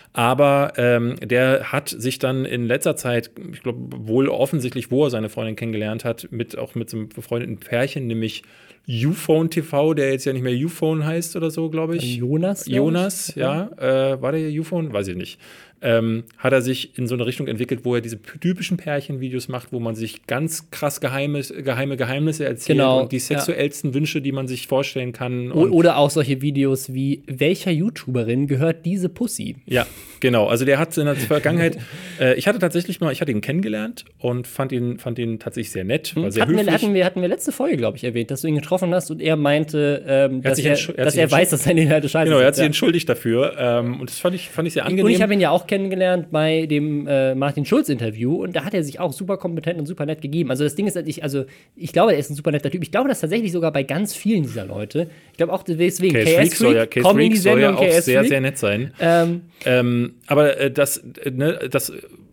S1: Aber ähm, der hat sich dann in letzter Zeit, ich glaube, wohl offensichtlich, wo er seine Freundin kennengelernt hat, mit auch mit so einem befreundeten Pärchen, nämlich Uphone T V, der jetzt ja nicht mehr Uphone heißt oder so, glaube ich.
S2: Jonas?
S1: Jonas,
S2: ich.
S1: ja. Äh, war der ja Uphone? Weiß ich nicht. Ähm, hat er sich in so eine Richtung entwickelt, wo er diese typischen Pärchenvideos macht, wo man sich ganz krass geheime, geheime Geheimnisse erzählt
S2: genau,
S1: und die sexuellsten ja. Wünsche, die man sich vorstellen kann.
S2: Und oder auch solche Videos wie, welcher YouTuberin gehört diese Pussy?
S1: Ja, genau. Also der hat in der Vergangenheit, äh, ich hatte tatsächlich mal, ich hatte ihn kennengelernt und fand ihn, fand ihn tatsächlich sehr nett, war sehr
S2: hatten
S1: höflich.
S2: Wir, hatten, wir, hatten wir letzte Folge, glaube ich, erwähnt, dass du ihn getroffen hast und er meinte, ähm,
S1: er
S2: dass, er,
S1: er
S2: dass er weiß, dass seine Inhalte scheiße sind.
S1: Genau, er hat sich
S2: ja.
S1: entschuldigt dafür ähm, und das fand ich, fand ich sehr angenehm.
S2: Und ich habe ihn ja auch kennengelernt bei dem äh, Martin Schulz-Interview und da hat er sich auch super kompetent und super nett gegeben. Also das Ding ist, ich, also ich glaube, er ist ein super netter Typ. Ich glaube, das tatsächlich sogar bei ganz vielen dieser Leute. Ich glaube auch deswegen.
S1: Case Freak soll ja, Case Freak soll ja auch sehr, sehr nett sein. Ähm, ähm, aber äh, das, äh, ne, das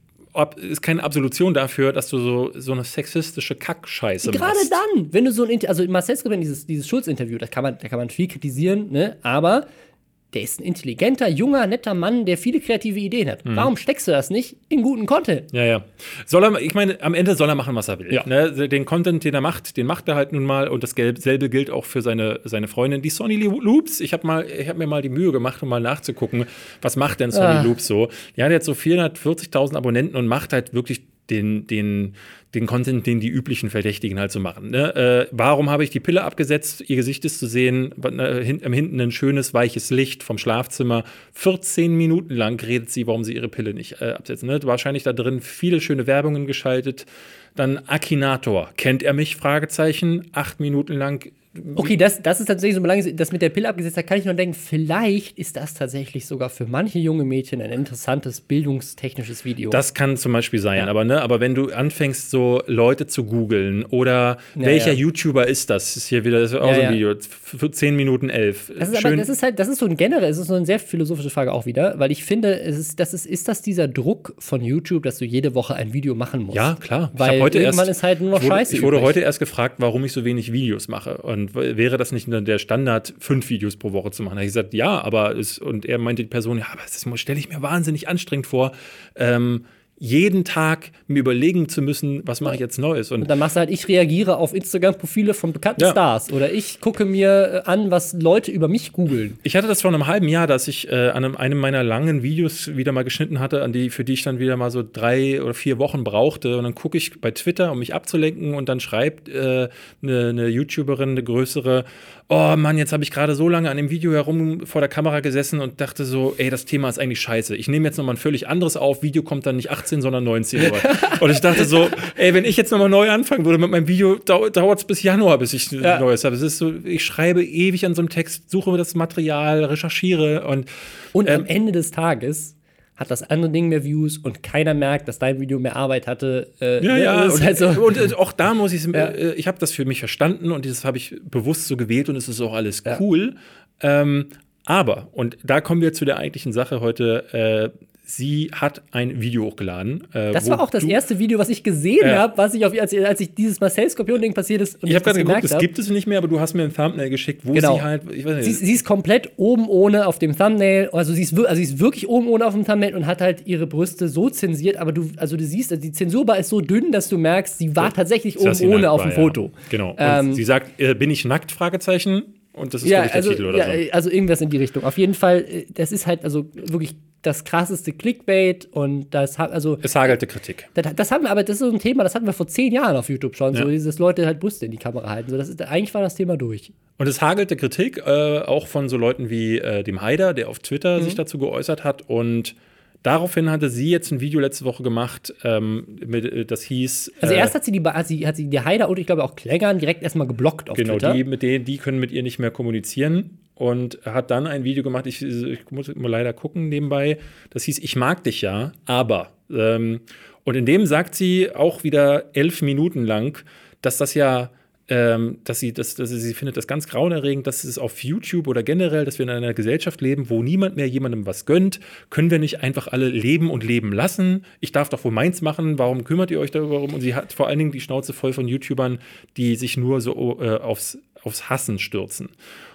S1: ist keine Absolution dafür, dass du so, so eine sexistische Kackscheiße machst.
S2: Gerade dann, wenn du so ein, also Marcel Scribner, dieses, dieses Schulz-Interview, da kann man, da kann man viel kritisieren, ne? Aber der ist ein intelligenter, junger, netter Mann, der viele kreative Ideen hat. Mhm. Warum steckst du das nicht in guten Content?
S1: Ja, ja. Soll er, ich meine, am Ende soll er machen, was er will.
S2: Ja.
S1: Ne? Den Content, den er macht, den macht er halt nun mal. Und dasselbe gilt auch für seine, seine Freundin, die Sonny Loops. Ich habe hab mir mal die Mühe gemacht, um mal nachzugucken, was macht denn Sonny ah. Loops so? Die hat jetzt so vierhundertvierzigtausend Abonnenten und macht halt wirklich den, den, den Content, den die üblichen Verdächtigen halt so machen. Ne? Äh, warum habe ich die Pille abgesetzt? Ihr Gesicht ist zu sehen, äh, hin, im hinten ein schönes, weiches Licht vom Schlafzimmer. vierzehn Minuten lang redet sie, warum sie ihre Pille nicht äh, absetzt. Ne? Wahrscheinlich da drin viele schöne Werbungen geschaltet. Dann Akinator. Kennt er mich? Fragezeichen. Acht Minuten lang.
S2: Okay, das, das ist tatsächlich so belangrijk, das mit der Pille abgesetzt, da kann ich nur denken, vielleicht ist das tatsächlich sogar für manche junge Mädchen ein interessantes, bildungstechnisches Video.
S1: Das kann zum Beispiel sein, ja. aber, ne, aber wenn du anfängst, so Leute zu googeln oder ja, welcher ja. YouTuber ist das? Das ist hier wieder das ist auch ja, so ein Video, für zehn Minuten elf.
S2: Das ist, aber, das ist halt, das ist so ein generell, es ist so eine sehr philosophische Frage auch wieder, weil ich finde, es ist, das ist, ist das dieser Druck von YouTube, dass du jede Woche ein Video machen musst?
S1: Ja, klar.
S2: Weil
S1: ich heute
S2: irgendwann
S1: erst,
S2: ist halt nur noch
S1: ich wurde,
S2: Scheiße
S1: Ich wurde
S2: übrig.
S1: heute erst gefragt, warum ich so wenig Videos mache. Und wäre das nicht der Standard, fünf Videos pro Woche zu machen? Da habe ich gesagt, ja, aber es, und er meinte die Person, ja, aber das stelle ich mir wahnsinnig anstrengend vor, ähm, jeden Tag mir überlegen zu müssen, was mache ich jetzt Neues. Und,
S2: und dann machst du halt, ich reagiere auf Instagram-Profile von bekannten ja. Stars oder ich gucke mir an, was Leute über mich googeln.
S1: Ich hatte das vor einem halben Jahr, dass ich äh, an einem, einem meiner langen Videos wieder mal geschnitten hatte, an die, für die ich dann wieder mal so drei oder vier Wochen brauchte. Und dann gucke ich bei Twitter, um mich abzulenken, und dann schreibt äh, eine, eine YouTuberin, eine größere, oh Mann, jetzt habe ich gerade so lange an dem Video herum vor der Kamera gesessen und dachte so, ey, das Thema ist eigentlich scheiße. Ich nehme jetzt nochmal ein völlig anderes auf. Video kommt dann nicht achtzehn, sondern neunzehn Uhr. Und ich dachte so, ey, wenn ich jetzt nochmal neu anfangen würde mit meinem Video, dau- dauert es bis Januar, bis ich ja. Neues habe. Es ist so, ich schreibe ewig an so einem Text, suche das Material, recherchiere und
S2: Und
S1: ähm,
S2: am Ende des Tages hat das andere Ding mehr Views und keiner merkt, dass dein Video mehr Arbeit hatte. Äh,
S1: ja,
S2: ne?
S1: ja, und,
S2: halt so.
S1: und, und auch da muss ich,
S2: ja.
S1: äh, ich habe das für mich verstanden und das habe ich bewusst so gewählt und es ist auch alles cool. Ja. Ähm, aber, und da kommen wir zu der eigentlichen Sache heute, äh, sie hat ein Video hochgeladen. Äh,
S2: das war auch das erste Video, was ich gesehen ja. habe, was ich auf, als, als ich dieses Marcel-Skorpion-Ding passiert ist. Und
S1: ich habe gerade geguckt, es gibt es nicht mehr, aber du hast mir ein Thumbnail geschickt, wo
S2: genau.
S1: sie halt, ich weiß nicht.
S2: Sie, sie ist komplett oben ohne auf dem Thumbnail, also sie, ist, also sie ist wirklich oben ohne auf dem Thumbnail und hat halt ihre Brüste so zensiert, aber du, also du siehst, also die Zensurbar ist so dünn, dass du merkst, sie war tatsächlich oben ohne auf dem war, Foto.
S1: Ja. Genau. Ähm, sie sagt, äh, bin ich nackt? Fragezeichen. Und das ist,
S2: ja,
S1: glaube ich, der
S2: also,
S1: Titel oder
S2: ja,
S1: so.
S2: Also irgendwas in die Richtung. Auf jeden Fall, das ist halt also wirklich das krasseste Clickbait und das hat also
S1: es hagelte Kritik.
S2: Das, das haben wir, aber das ist so ein Thema, das hatten wir vor zehn Jahren auf YouTube schon, ja. so dieses Leute halt Brüste in die Kamera halten. So, das ist, eigentlich war das Thema durch.
S1: Und es hagelte Kritik, äh, auch von so Leuten wie äh, dem Haider, der auf Twitter mhm. sich dazu geäußert hat. Und daraufhin hatte sie jetzt ein Video letzte Woche gemacht, ähm, mit, das hieß.
S2: Also
S1: äh,
S2: erst hat sie die, hat sie, hat sie die Haider und ich glaube auch Klängern direkt erstmal geblockt auf
S1: genau,
S2: Twitter.
S1: Genau, die mit denen, die können mit ihr nicht mehr kommunizieren. Und hat dann ein Video gemacht, ich, ich muss immer leider gucken nebenbei, das hieß, ich mag dich ja, aber. Ähm, und in dem sagt sie auch wieder elf Minuten lang, dass das ja, ähm, dass sie, dass, dass sie findet das ganz grauenerregend, dass es auf YouTube oder generell, dass wir in einer Gesellschaft leben, wo niemand mehr jemandem was gönnt. Können wir nicht einfach alle leben und leben lassen? Ich darf doch wohl meins machen, warum kümmert ihr euch darüber? Und sie hat vor allen Dingen die Schnauze voll von YouTubern, die sich nur so äh, aufs, aufs Hassen stürzen.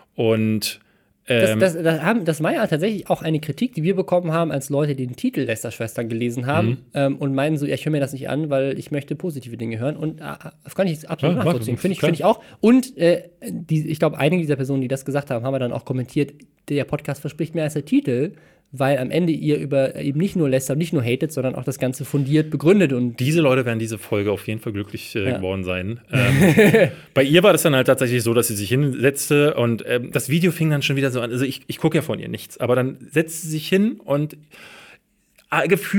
S1: Und ähm,
S2: das, das, das, haben, das war ja tatsächlich auch eine Kritik, die wir bekommen haben, als Leute den Titel Lästerschwestern gelesen haben mhm. ähm, und meinen so, ja, ich höre mir das nicht an, weil ich möchte positive Dinge hören. Und äh, das kann ich jetzt absolut ja, nachvollziehen. Finde ich, find ich auch. Und äh, die, ich glaube, einige dieser Personen, die das gesagt haben, haben wir dann auch kommentiert, der Podcast verspricht mehr als der Titel, weil am Ende ihr über eben nicht nur lästert, nicht nur hatet, sondern auch das Ganze fundiert begründet. Und
S1: diese Leute werden diese Folge auf jeden Fall glücklich äh, ja. geworden sein. Ähm, bei ihr war das dann halt tatsächlich so, dass sie sich hinsetzte und ähm, das Video fing dann schon wieder so an. Also ich, ich gucke ja von ihr nichts, aber dann setzt sie sich hin und äh, gefühlt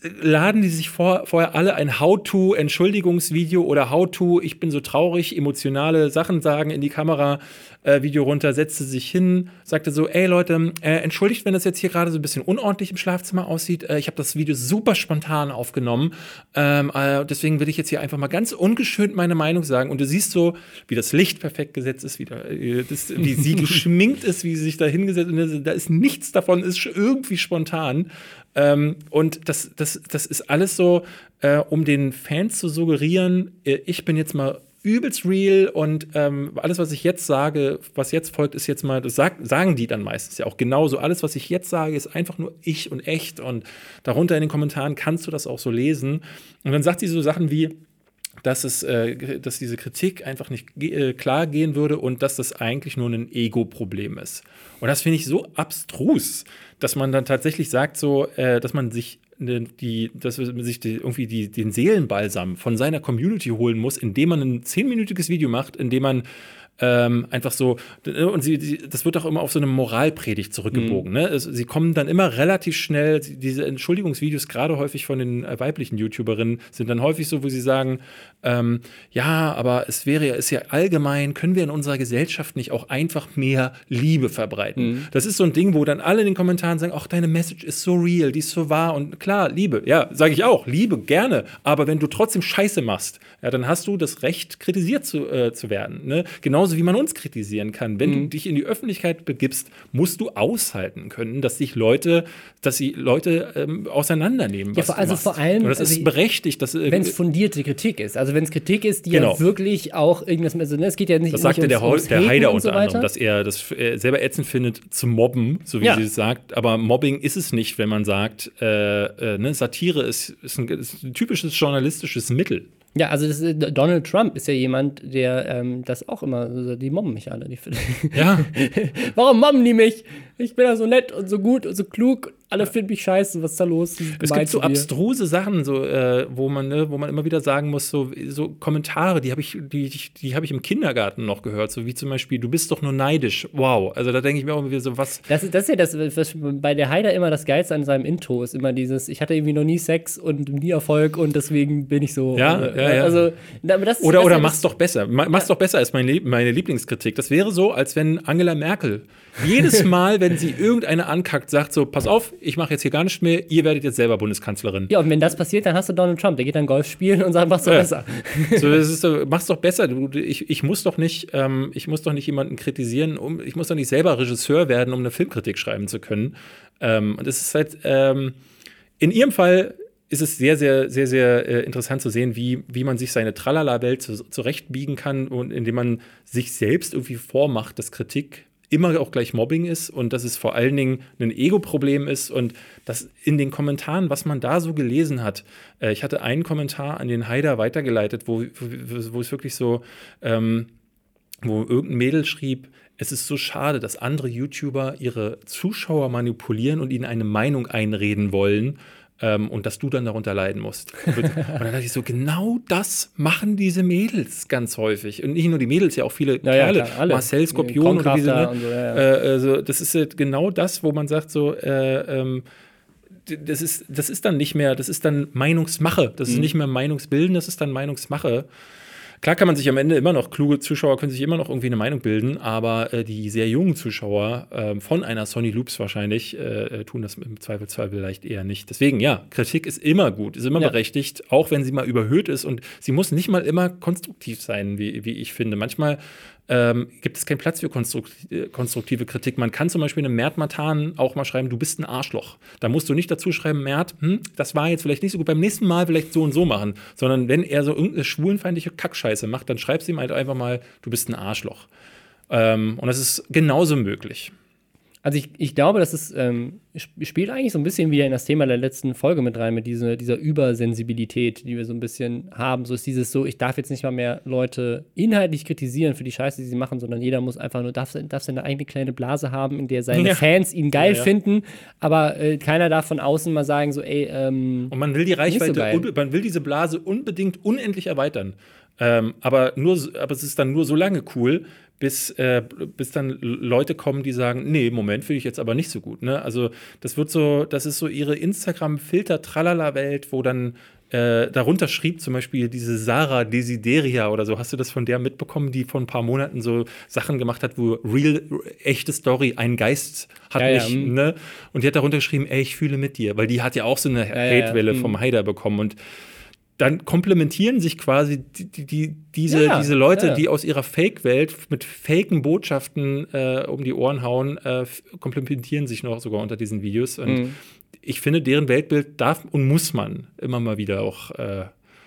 S1: laden die sich vor, vorher alle ein How-to-Entschuldigungsvideo oder How-to, ich bin so traurig, emotionale Sachen sagen in die Kamera, äh, Video runter, setzte sich hin, sagte so, ey Leute, äh, entschuldigt, wenn das jetzt hier gerade so ein bisschen unordentlich im Schlafzimmer aussieht. Äh, ich habe das Video super spontan aufgenommen. Ähm, äh, deswegen will ich jetzt hier einfach mal ganz ungeschönt meine Meinung sagen. Und du siehst so, wie das Licht perfekt gesetzt ist, wie, da, äh, das, wie sie geschminkt ist, wie sie sich da hingesetzt hat. Und da ist nichts davon, ist irgendwie spontan. Ähm, und das, das, das ist alles so, äh, um den Fans zu suggerieren, äh, ich bin jetzt mal übelst real und ähm, alles, was ich jetzt sage, was jetzt folgt, ist jetzt mal, das sag, sagen die dann meistens ja auch genauso. Alles, was ich jetzt sage, ist einfach nur ich und echt. Und darunter in den Kommentaren kannst du das auch so lesen. Und dann sagt sie so Sachen wie, dass es, äh, dass diese Kritik einfach nicht äh, klar gehen würde und dass das eigentlich nur ein Ego-Problem ist. Und das finde ich so abstrus, dass man dann tatsächlich sagt, so, äh, dass man sich die, dass man sich die, irgendwie die, den Seelenbalsam von seiner Community holen muss, indem man ein zehnminütiges Video macht, in dem man Ähm, einfach so, und sie, sie, das wird auch immer auf so eine Moralpredigt zurückgebogen. Mhm. Ne? Es, sie kommen dann immer relativ schnell, diese Entschuldigungsvideos, gerade häufig von den äh, weiblichen YouTuberinnen, sind dann häufig so, wo sie sagen, ähm, ja, aber es wäre ja, ist ja allgemein, können wir in unserer Gesellschaft nicht auch einfach mehr Liebe verbreiten? Mhm. Das ist so ein Ding, wo dann alle in den Kommentaren sagen, ach, deine Message ist so real, die ist so wahr und klar, Liebe, ja, sage ich auch, Liebe, gerne, aber wenn du trotzdem Scheiße machst, ja, dann hast du das Recht, kritisiert zu, äh, zu werden. Ne? Genauso wie man uns kritisieren kann. Wenn mhm. du dich in die Öffentlichkeit begibst, musst du aushalten können, dass sich Leute, dass sie Leute ähm, auseinandernehmen. Was
S2: ja, also
S1: du machst.
S2: vor allem,
S1: und das
S2: also
S1: ist berechtigt. Äh,
S2: wenn es fundierte Kritik ist. Also wenn es Kritik ist, die
S1: genau.
S2: ja wirklich auch irgendwas, also ne, es geht ja nicht,
S1: das sagte
S2: nicht ums,
S1: der,
S2: ums
S1: der Haider
S2: und
S1: unter
S2: so
S1: anderem, dass er das äh, selber ätzend findet, zu mobben, so wie
S2: ja.
S1: sie es sagt. Aber Mobbing ist es nicht, wenn man sagt, äh, äh, ne, Satire ist, ist, ein, ist ein typisches journalistisches Mittel.
S2: Ja, also das ist, Donald Trump ist ja jemand, der ähm, das auch immer, also die mobben mich alle. Die,
S1: ja.
S2: Warum mobben die mich? Ich bin ja so nett und so gut und so klug. Alle finden mich scheiße. Was ist da los?
S1: Es gibt so abstruse Sachen, so, äh, wo man, ne, wo man immer wieder sagen muss, so, so Kommentare, die habe ich, die, die habe ich im Kindergarten noch gehört, so wie zum Beispiel, du bist doch nur neidisch. Wow. Also da denke ich mir auch immer wieder so, was.
S2: Das, das ist ja das, was bei der Haider immer das Geilste an seinem Intro ist, immer dieses, ich hatte irgendwie noch nie Sex und nie Erfolg und deswegen bin ich so.
S1: Ja,
S2: äh,
S1: ja, ja.
S2: Also, aber das ist,
S1: oder
S2: das
S1: oder
S2: ist,
S1: mach's doch besser. Mach's ja. doch besser als meine, meine Lieblingskritik. Das wäre so, als wenn Angela Merkel jedes Mal, wenn sie irgendeine ankackt, sagt so, pass auf, ich mache jetzt hier gar nichts mehr, ihr werdet jetzt selber Bundeskanzlerin.
S2: Ja, und wenn das passiert, dann hast du Donald Trump, der geht dann Golf spielen und sagt, mach's doch ja. besser.
S1: So, das ist so, mach's doch besser. Du, ich, ich muss doch nicht, ähm, ich muss doch nicht jemanden kritisieren, um, ich muss doch nicht selber Regisseur werden, um eine Filmkritik schreiben zu können. Ähm, und es ist halt, ähm, in ihrem Fall ist es sehr, sehr, sehr, sehr äh, interessant zu sehen, wie, wie man sich seine Tralala-Welt zu, zurechtbiegen kann und indem man sich selbst irgendwie vormacht, dass Kritik immer auch gleich Mobbing ist und dass es vor allen Dingen ein Ego-Problem ist und dass in den Kommentaren, was man da so gelesen hat, äh, ich hatte einen Kommentar an den Haider weitergeleitet, wo, wo, wo es wirklich so, ähm, wo irgendein Mädel schrieb, es ist so schade, dass andere YouTuber ihre Zuschauer manipulieren und ihnen eine Meinung einreden wollen, Ähm, und dass du dann darunter leiden musst. Und dann dachte ich so, genau das machen diese Mädels ganz häufig. Und nicht nur die Mädels, ja auch viele
S2: ja,
S1: Kerle.
S2: Ja, klar,
S1: Marcel Skorpion oder diese, ne?
S2: so, ja, ja.
S1: äh, also das ist halt genau das, wo man sagt so, äh, ähm, das ist, das ist dann nicht mehr, das ist dann Meinungsmache. Das mhm. ist nicht mehr Meinungsbilden, das ist dann Meinungsmache. Klar kann man sich am Ende immer noch, kluge Zuschauer können sich immer noch irgendwie eine Meinung bilden, aber äh, die sehr jungen Zuschauer äh, von einer Sony Loops wahrscheinlich äh, tun das im Zweifelsfall vielleicht eher nicht. Deswegen, ja, Kritik ist immer gut, ist immer ja. berechtigt, auch wenn sie mal überhöht ist und sie muss nicht mal immer konstruktiv sein, wie, wie ich finde. Manchmal ähm, gibt es keinen Platz für konstruktive Kritik. Man kann zum Beispiel einem Mert Matan auch mal schreiben, du bist ein Arschloch. Da musst du nicht dazu schreiben, Mert, hm, das war jetzt vielleicht nicht so gut, beim nächsten Mal vielleicht so und so machen, sondern wenn er so irgendeine schwulenfeindliche Kackscheiße macht, dann schreibst du ihm halt einfach mal, du bist ein Arschloch. Ähm, und das ist genauso möglich.
S2: Also ich, ich glaube, das ist, ähm, spielt eigentlich so ein bisschen wieder in das Thema der letzten Folge mit rein, mit dieser, dieser Übersensibilität, die wir so ein bisschen haben. So ist dieses so, ich darf jetzt nicht mal mehr Leute inhaltlich kritisieren für die Scheiße, die sie machen, sondern jeder muss einfach nur, darf, darf seine eigene kleine Blase haben, in der seine ja. Fans ihn geil ja, ja. finden, aber äh, keiner darf von außen mal sagen so, ey, ähm,
S1: und man will die Reichweite, so un- man will diese Blase unbedingt unendlich erweitern. Ähm, aber, nur, aber es ist dann nur so lange cool, bis, äh, bis dann Leute kommen, die sagen, nee, Moment, finde ich jetzt aber nicht so gut. Ne? Also das wird so, das ist so ihre Instagram-Filter-Tralala-Welt, wo dann äh, darunter schrieb zum Beispiel diese Sarah Desideria oder so. Hast du das von der mitbekommen, die vor ein paar Monaten so Sachen gemacht hat, wo real, echte Story, ein Geist hat
S2: ja,
S1: nicht,
S2: ja,
S1: ne? Und die hat darunter geschrieben, ey, ich fühle mit dir, weil die hat ja auch so eine
S2: ja,
S1: Hatewelle
S2: ja,
S1: vom Haider bekommen und dann komplementieren sich quasi die, die, die, diese,
S2: ja,
S1: diese Leute,
S2: ja.
S1: die aus ihrer Fake-Welt mit faken Botschaften äh, um die Ohren hauen, äh, komplementieren sich noch sogar unter diesen Videos. Und
S2: Mhm.
S1: ich finde, deren Weltbild darf und muss man immer mal wieder auch äh,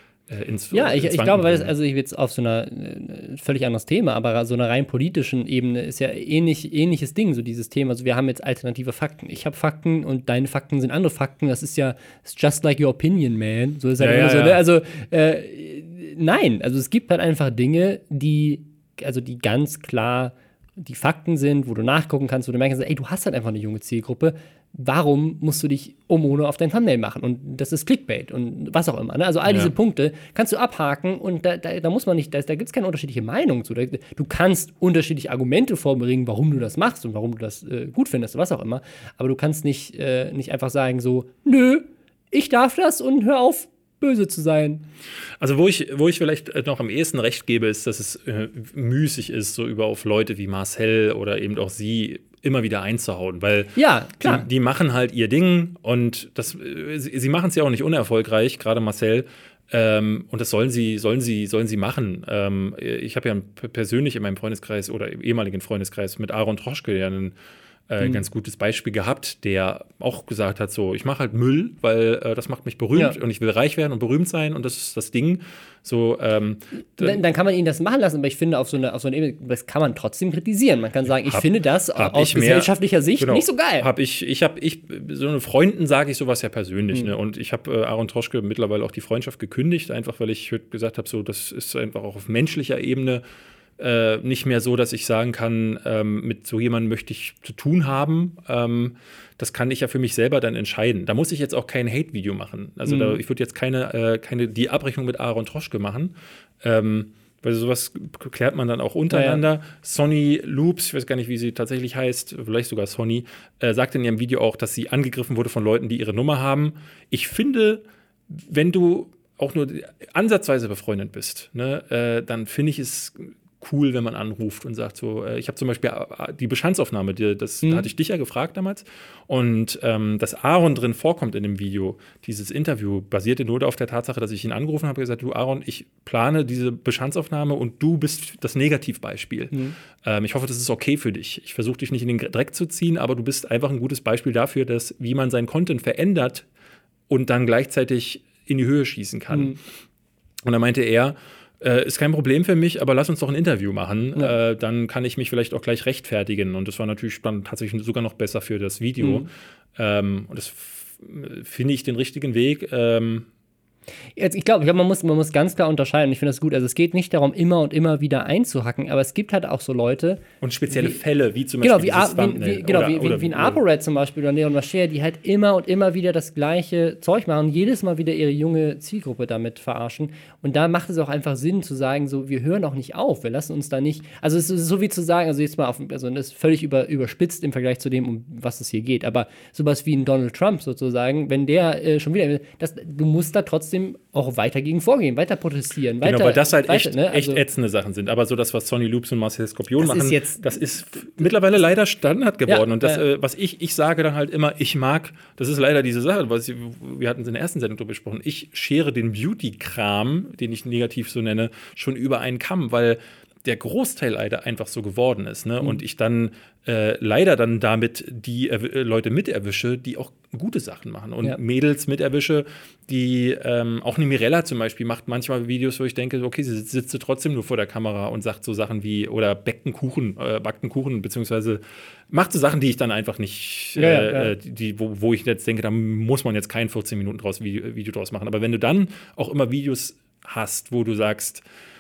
S1: ins
S2: Ja, ich,
S1: ins
S2: ich
S1: Wanken
S2: glaube, weil es,
S1: bringen.
S2: also ich jetzt auf so einer äh, völlig anderes Thema, aber so einer rein politischen Ebene ist ja ähnlich, ähnliches Ding, so dieses Thema. Also wir haben jetzt alternative Fakten. Ich habe Fakten und deine Fakten sind andere Fakten. Das ist ja it's just like your opinion, man. So ist halt
S1: Ja,
S2: immer
S1: ja,
S2: so,
S1: ja.
S2: ne? Also äh, nein, also es gibt halt einfach Dinge, die, also die ganz klar die Fakten sind, wo du nachgucken kannst, wo du merkst, ey, du hast halt einfach eine junge Zielgruppe. Warum musst du dich Omono auf dein Thumbnail machen? Und das ist Clickbait und was auch immer. Ne? Also all diese
S1: Ja.
S2: Punkte kannst du abhaken und da, da, da muss man nicht, da, da gibt es keine unterschiedliche Meinung zu. Da, du kannst unterschiedliche Argumente vorbringen, warum du das machst und warum du das äh, gut findest, was auch immer. Aber du kannst nicht, äh, nicht einfach sagen so, nö, ich darf das und hör auf, böse zu sein.
S1: Also wo ich, wo ich vielleicht noch am ehesten recht gebe, ist, dass es äh, müßig ist, so über auf Leute wie Marcel oder eben auch sie immer wieder einzuhauen, weil
S2: Ja, klar.
S1: Die, die machen halt ihr Ding und das, äh, sie, sie machen es ja auch nicht unerfolgreich, gerade Marcel. Ähm, und das sollen sie, sollen sie, sollen sie machen. Ähm, ich habe ja p- persönlich in meinem Freundeskreis oder im ehemaligen Freundeskreis mit Aaron Troschke ja einen äh,
S2: Mhm.
S1: ganz gutes Beispiel gehabt, der auch gesagt hat, so, ich mache halt Müll, weil äh, das macht mich berühmt
S2: Ja.
S1: und ich will reich werden und berühmt sein und das ist das Ding. So, ähm,
S2: Dann, dann kann man ihn das machen lassen, aber ich finde, auf so einer auf so einer Ebene, das kann man trotzdem kritisieren. Man kann sagen, ich
S1: Hab-
S2: finde das
S1: hab
S2: aus
S1: ich mehr-
S2: gesellschaftlicher Sicht
S1: Genau.
S2: nicht so geil.
S1: Hab ich, ich habe, ich, so eine Freunden sage ich sowas ja persönlich,
S2: Mhm.
S1: ne? Und ich habe äh, Aaron Troschke mittlerweile auch die Freundschaft gekündigt, einfach weil ich gesagt habe, so, das ist einfach auch auf menschlicher Ebene äh, nicht mehr so, dass ich sagen kann, ähm, mit so jemandem möchte ich zu tun haben. Ähm, das kann ich ja für mich selber dann entscheiden. Da muss ich jetzt auch kein Hate-Video machen. Also
S2: Mhm.
S1: da, ich würde jetzt keine, äh, keine die Abrechnung mit Aaron Troschke machen. Ähm, weil sowas klärt man dann auch untereinander. Sonny Loops, ich weiß gar nicht, wie sie tatsächlich heißt, vielleicht sogar Sonny, äh, sagt in ihrem Video auch, dass sie angegriffen wurde von Leuten, die ihre Nummer haben. Ich finde, wenn du auch nur ansatzweise befreundet bist, ne, äh, dann finde ich es cool, wenn man anruft und sagt so, äh, ich habe zum Beispiel äh, die Bestandsaufnahme, die, das
S2: Mhm.
S1: da hatte ich dich ja gefragt damals und ähm, dass Aaron drin vorkommt in dem Video, dieses Interview basierte nur auf der Tatsache, dass ich ihn angerufen habe und gesagt, du Aaron, ich plane diese Bestandsaufnahme und du bist das Negativbeispiel.
S2: Mhm.
S1: Ähm, ich hoffe, das ist okay für dich. Ich versuche dich nicht in den Dreck zu ziehen, aber du bist einfach ein gutes Beispiel dafür, dass wie man seinen Content verändert und dann gleichzeitig in die Höhe schießen kann.
S2: Mhm.
S1: Und da meinte er, äh, ist kein Problem für mich, aber lass uns doch ein Interview machen.
S2: Ja.
S1: Äh, dann kann ich mich vielleicht auch gleich rechtfertigen. Und das war natürlich dann tatsächlich sogar noch besser für das Video.
S2: Mhm.
S1: Ähm, und das f- finde ich den richtigen Weg. Ähm,
S2: Jetzt, ich glaube, ich glaub, man, muss, man muss ganz klar unterscheiden. Ich finde das gut. Also es geht nicht darum, immer und immer wieder einzuhacken, aber es gibt halt auch so Leute,
S1: und spezielle
S2: Wie-
S1: Fälle, wie zum
S2: genau,
S1: Beispiel
S2: wie,
S1: dieses
S2: A- wie,
S1: Thumbnail
S2: wie, genau
S1: oder-
S2: wie, wie,
S1: oder-
S2: wie ein ApoRed zum Beispiel oder Neon Mascher, die halt immer und immer wieder das gleiche Zeug machen und jedes Mal wieder ihre junge Zielgruppe damit verarschen. Und da macht es auch einfach Sinn zu sagen, so, wir hören auch nicht auf, wir lassen uns da nicht, also es ist so wie zu sagen, also jetzt mal auf, also das ist völlig über, überspitzt im Vergleich zu dem, um was es hier geht, aber sowas wie ein Donald Trump sozusagen, wenn der äh, schon wieder, das, du musst da trotzdem auch weiter gegen vorgehen, weiter protestieren, weiter.
S1: Genau, weil das halt
S2: weiter,
S1: echt,
S2: ne?
S1: echt
S2: Also-
S1: ätzende Sachen sind. Aber so das, was Sonny Loops und Marcel Skorpion
S2: Das
S1: machen,
S2: ist jetzt-
S1: das ist f- mittlerweile leider Standard geworden.
S2: Ja,
S1: und das,
S2: ja.
S1: äh, was ich, ich sage dann halt immer, ich mag, das ist leider diese Sache, was ich, wir hatten es in der ersten Sendung drüber gesprochen, ich schere den Beauty-Kram, den ich negativ so nenne, schon über einen Kamm, weil der Großteil leider einfach so geworden ist. Ne?
S2: Mhm.
S1: Und ich dann äh, leider dann damit die äh, Leute miterwische, die auch gute Sachen machen. Und
S2: Ja.
S1: Mädels miterwische, die ähm, auch eine Mirella zum Beispiel macht manchmal Videos, wo ich denke, okay, sie sitzt trotzdem nur vor der Kamera und sagt so Sachen wie, oder backt einen Kuchen, äh, backt einen Kuchen, beziehungsweise macht so Sachen, die ich dann einfach nicht,
S2: Ja, ja,
S1: äh,
S2: ja.
S1: äh, die, wo, wo ich jetzt denke, da muss man jetzt kein vierzehn Minuten draus Video, Video draus machen. Aber wenn du dann auch immer Videos hast, wo du sagst,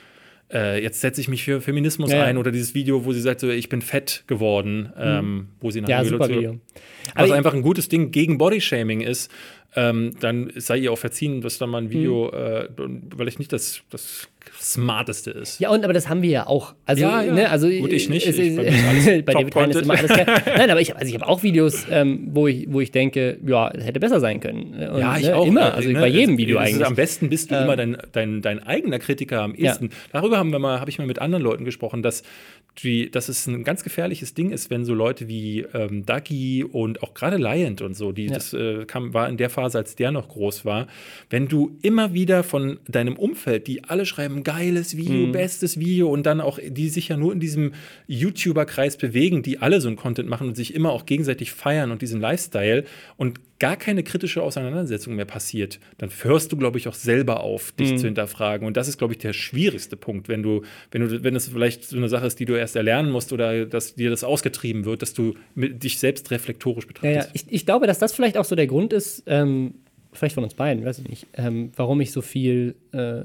S1: äh, jetzt setze ich mich für Feminismus
S2: Ja, ja.
S1: ein, oder dieses Video, wo sie sagt, so, ich bin fett geworden, ähm, wo sie nach
S2: Ja,
S1: dem
S2: super
S1: so-
S2: Video.
S1: was
S2: Aber ich-
S1: einfach ein gutes Ding gegen Bodyshaming ist. ähm, dann sei ihr auch verziehen, dass da mal ein Video,
S2: Mhm.
S1: äh, weil ich nicht das, das Smarteste ist.
S2: Ja, und aber das haben wir ja auch. Also,
S1: Ja, ja.
S2: Ne, also
S1: Gut, ich nicht.
S2: Es,
S1: Ich- bei mir ist alles
S2: bei David Hein ist
S1: Top-Content.
S2: immer alles geil. Nein, aber ich, also ich habe auch Videos, ähm, wo, ich, wo ich denke, ja, es hätte besser sein können. Und,
S1: Ja, ich
S2: ne,
S1: auch.
S2: Immer,
S1: äh,
S2: also
S1: ne,
S2: bei jedem
S1: es-
S2: Video
S1: es ist,
S2: eigentlich.
S1: Am besten bist du
S2: Ähm,
S1: immer dein, dein, dein eigener Kritiker am ehesten. Darüber haben wir mal, habe ich mal mit anderen Leuten gesprochen, dass, die, dass es ein ganz gefährliches Ding ist, wenn so Leute wie ähm, Ducky und auch gerade Liant und so, die
S2: Ja.
S1: das äh, kam, war in der Phase, als der noch groß war, wenn du immer wieder von deinem Umfeld, die alle schreiben, geiles Video,
S2: Mhm.
S1: bestes Video und dann auch, die sich ja nur in diesem YouTuber-Kreis bewegen, die alle so einen Content machen und sich immer auch gegenseitig feiern und diesen Lifestyle und gar keine kritische Auseinandersetzung mehr passiert, dann hörst du, glaube ich, auch selber auf, dich
S2: Mhm.
S1: zu hinterfragen. Und das ist, glaube ich, der schwierigste Punkt, wenn du, wenn du, wenn es vielleicht so eine Sache ist, die du erst erlernen musst oder dass dir das ausgetrieben wird, dass du mit, dich selbst reflektorisch
S2: Ja,
S1: betrachtest.
S2: ja. Ich, ich glaube, dass das vielleicht auch so der Grund ist, ähm, vielleicht von uns beiden, weiß ich nicht, ähm, warum ich so viel äh,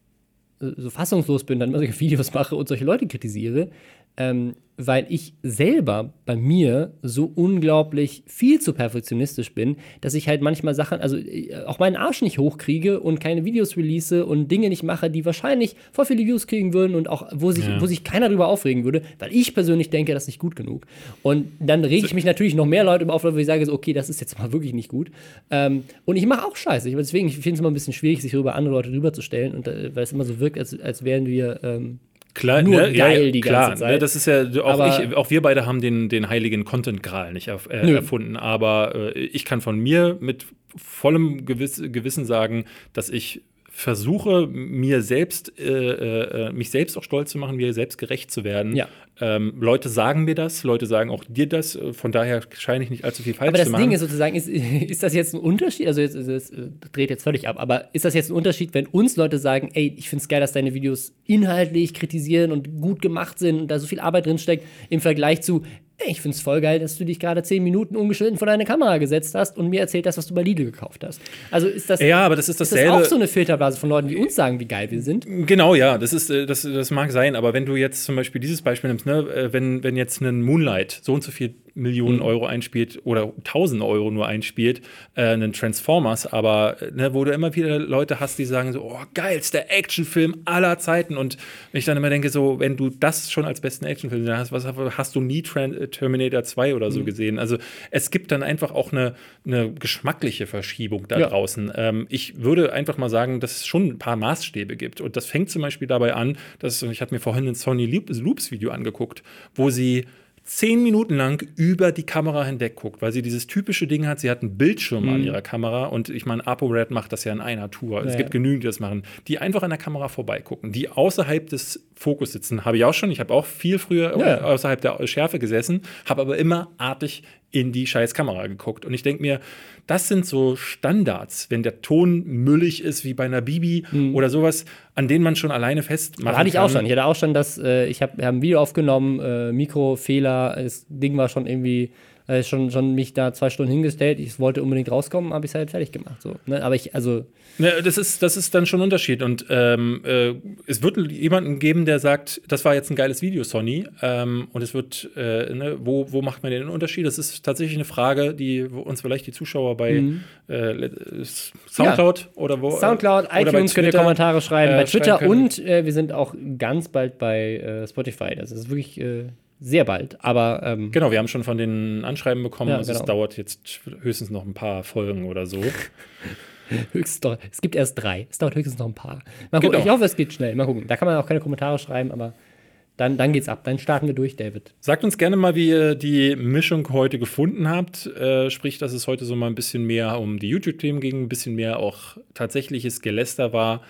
S2: so fassungslos bin, dann immer solche Videos mache und solche Leute kritisiere, ähm, weil ich selber bei mir so unglaublich viel zu perfektionistisch bin, dass ich halt manchmal Sachen, also äh, auch meinen Arsch nicht hochkriege und keine Videos release und Dinge nicht mache, die wahrscheinlich voll viele Views kriegen würden und auch, wo sich,
S1: Ja.
S2: wo sich keiner drüber aufregen würde, weil ich persönlich denke, das ist nicht gut genug. Und dann rege ich mich natürlich noch mehr Leute über auf, wo ich sage, so, okay, das ist jetzt mal wirklich nicht gut. Ähm, und ich mache auch Scheiße. Ich, deswegen ich finde es immer ein bisschen schwierig, sich über andere Leute drüber zu stellen, und, äh, weil es immer so wirkt, als, als wären wir ähm,
S1: Klar,
S2: nur
S1: ne, ja,
S2: geil
S1: ja,
S2: die
S1: klar,
S2: ganze Zeit.
S1: Ne, das ist ja auch
S2: Aber-
S1: ich, auch wir beide haben den, den heiligen Content-Gral nicht erf äh,
S2: Nö.
S1: erfunden, aber äh, ich kann von mir mit vollem Gewiss Gewissen sagen, dass ich versuche, mir selbst, äh, äh, mich selbst auch stolz zu machen, mir selbst gerecht zu werden.
S2: Ja.
S1: Ähm, Leute sagen mir das, Leute sagen auch dir das, äh, von daher scheine ich nicht allzu viel falsch
S2: Aber das
S1: zu machen.
S2: Ding ist sozusagen, ist, ist das jetzt ein Unterschied? Also, jetzt, es äh, dreht jetzt völlig ab, aber ist das jetzt ein Unterschied, wenn uns Leute sagen, ey, ich finde es geil, dass deine Videos inhaltlich kritisieren und gut gemacht sind und da so viel Arbeit drin steckt, im Vergleich zu, ey, ich finde es voll geil, dass du dich gerade zehn Minuten ungeschnitten vor deine Kamera gesetzt hast und mir erzählt hast, was du bei Lidl gekauft hast. Also ist das,
S1: Ja, aber das ist
S2: ist das
S1: dasselbe.
S2: auch so eine Filterblase von Leuten, die uns sagen, wie geil wir sind?
S1: Genau, ja, das ist, äh, das, das mag sein, aber wenn du jetzt zum Beispiel dieses Beispiel nimmst, ne, äh, wenn, wenn jetzt ein Moonlight so und so viel Millionen
S2: Mhm.
S1: Euro einspielt oder tausend Euro nur einspielt, äh, einen Transformers, aber ne, wo du immer wieder Leute hast, die sagen so, oh, geilster Actionfilm aller Zeiten, und ich dann immer denke so, wenn du das schon als besten Actionfilm hast, was hast du nie Tran Terminator zwei oder so
S2: Mhm.
S1: gesehen? Also es gibt dann einfach auch eine, eine geschmackliche Verschiebung da
S2: Ja.
S1: draußen. Ähm, ich würde einfach mal sagen, dass es schon ein paar Maßstäbe gibt, und das fängt zum Beispiel dabei an, dass, ich habe mir vorhin ein Sony Loops Video angeguckt, wo sie zehn Minuten lang über die Kamera hinweg guckt, weil sie dieses typische Ding hat, sie hat einen Bildschirm an
S2: Mhm.
S1: ihrer Kamera, und ich meine, ApoRed macht das ja in einer Tour. Es
S2: Ja,
S1: gibt
S2: ja.
S1: genügend, die das machen, die einfach an der Kamera vorbeigucken, die außerhalb des Fokus sitzen. Habe ich auch schon, ich habe auch viel früher
S2: Ja, ja.
S1: außerhalb der Schärfe gesessen, habe aber immer artig in die scheiß Kamera geguckt. Und ich denke mir, das sind so Standards, wenn der Ton müllig ist, wie bei einer Bibi oder sowas, an denen man schon alleine festmachen
S2: Aber hatte ich
S1: kann.
S2: auch schon. Ich hatte auch schon das, äh, ich habe hab ein Video aufgenommen, äh, Mikrofehler, das Ding war schon irgendwie, äh, schon, schon mich da zwei Stunden hingestellt. Ich wollte unbedingt rauskommen, habe ich es halt fertig gemacht. So, ne? Aber ich, also,
S1: Ne, das ist, das ist dann schon ein Unterschied. Und ähm, äh, es wird jemanden geben, der sagt, das war jetzt ein geiles Video, Sony. Ähm, und es wird, äh, ne, wo, wo macht man den Unterschied? Das ist tatsächlich eine Frage, die uns vielleicht die Zuschauer bei
S2: Mhm.
S1: äh, Soundcloud oder wo.
S2: Soundcloud,
S1: oder bei
S2: iTunes könnt ihr
S1: Twitter,
S2: Kommentare schreiben,
S1: äh,
S2: bei Twitter
S1: schreiben können.
S2: und äh, wir sind auch ganz bald bei äh, Spotify. Das ist wirklich äh, sehr bald. Aber ähm,
S1: Genau, wir haben schon von den Anschreiben bekommen.
S2: Ja,
S1: also es
S2: genau.
S1: dauert jetzt höchstens noch ein paar Folgen oder so.
S2: höchstens doch, es gibt erst drei. Es dauert höchstens noch ein paar. Mal gucken,
S1: Genau.
S2: ich hoffe, es geht schnell. Mal gucken. Da kann man auch keine Kommentare schreiben, aber dann, dann geht's ab. Dann starten wir durch, David.
S1: Sagt uns gerne mal, wie ihr die Mischung heute gefunden habt. Äh, sprich, dass es heute so mal ein bisschen mehr um die YouTube-Themen ging, ein bisschen mehr auch tatsächliches Geläster war.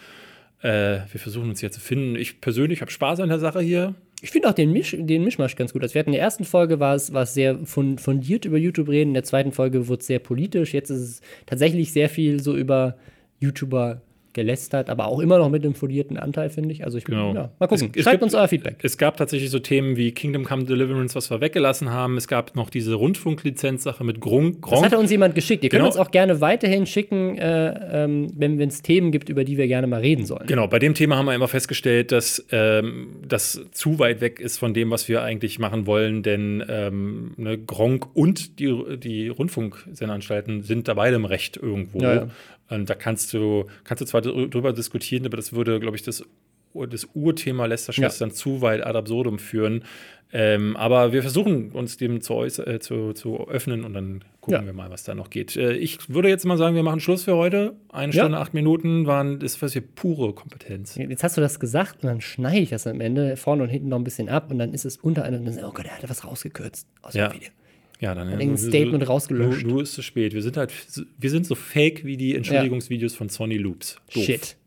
S1: Äh, wir versuchen uns hier zu finden. Ich persönlich habe Spaß an der Sache hier.
S2: Ich finde auch den, Misch, den Mischmasch ganz gut. Also wir hatten in der ersten Folge war es, war es sehr fun- fundiert über YouTube reden, in der zweiten Folge wurde es sehr politisch. Jetzt ist es tatsächlich sehr viel so über YouTuber gelästert, aber auch immer noch mit einem fundierten Anteil, finde ich. Also ich
S1: Genau.
S2: ja, mal gucken.
S1: Es, es
S2: Schreibt
S1: gibt,
S2: uns euer Feedback.
S1: Es gab tatsächlich so Themen wie Kingdom Come Deliverance, was wir weggelassen haben. Es gab noch diese Rundfunklizenzsache mit Gronk.
S2: Das hatte uns jemand geschickt. Ihr könnt
S1: Genau.
S2: uns auch gerne weiterhin schicken, äh, ähm, wenn es Themen gibt, über die wir gerne mal reden sollen.
S1: Genau, bei dem Thema haben wir immer festgestellt, dass ähm, das zu weit weg ist von dem, was wir eigentlich machen wollen, denn ähm, ne, Gronk und die, die Rundfunksendeanstalten sind da beide im Recht irgendwo.
S2: Ja, ja.
S1: Und da kannst du, kannst du zwar drüber diskutieren, aber das würde, glaube ich, das, das Urthema Lästerschwestern ja. zu weit ad absurdum führen. Ähm, aber wir versuchen uns dem zu, äh, zu, zu öffnen und dann gucken ja. wir mal, was da noch geht. Äh, ich würde jetzt mal sagen, wir machen Schluss für heute. Eine Stunde, ja. acht Minuten waren das was hier pure Kompetenz.
S2: Jetzt hast du das gesagt und dann schneide ich das am Ende vorne und hinten noch ein bisschen ab und dann ist es unter einem, oh Gott, er hat was rausgekürzt aus
S1: ja.
S2: dem Video.
S1: Ja, dann,
S2: dann ein Statement rausgelöscht.
S1: Du, du ist zu spät. Wir sind halt, wir sind so fake wie die Entschuldigungsvideos ja. von Sony Loops.
S2: Doof. Shit.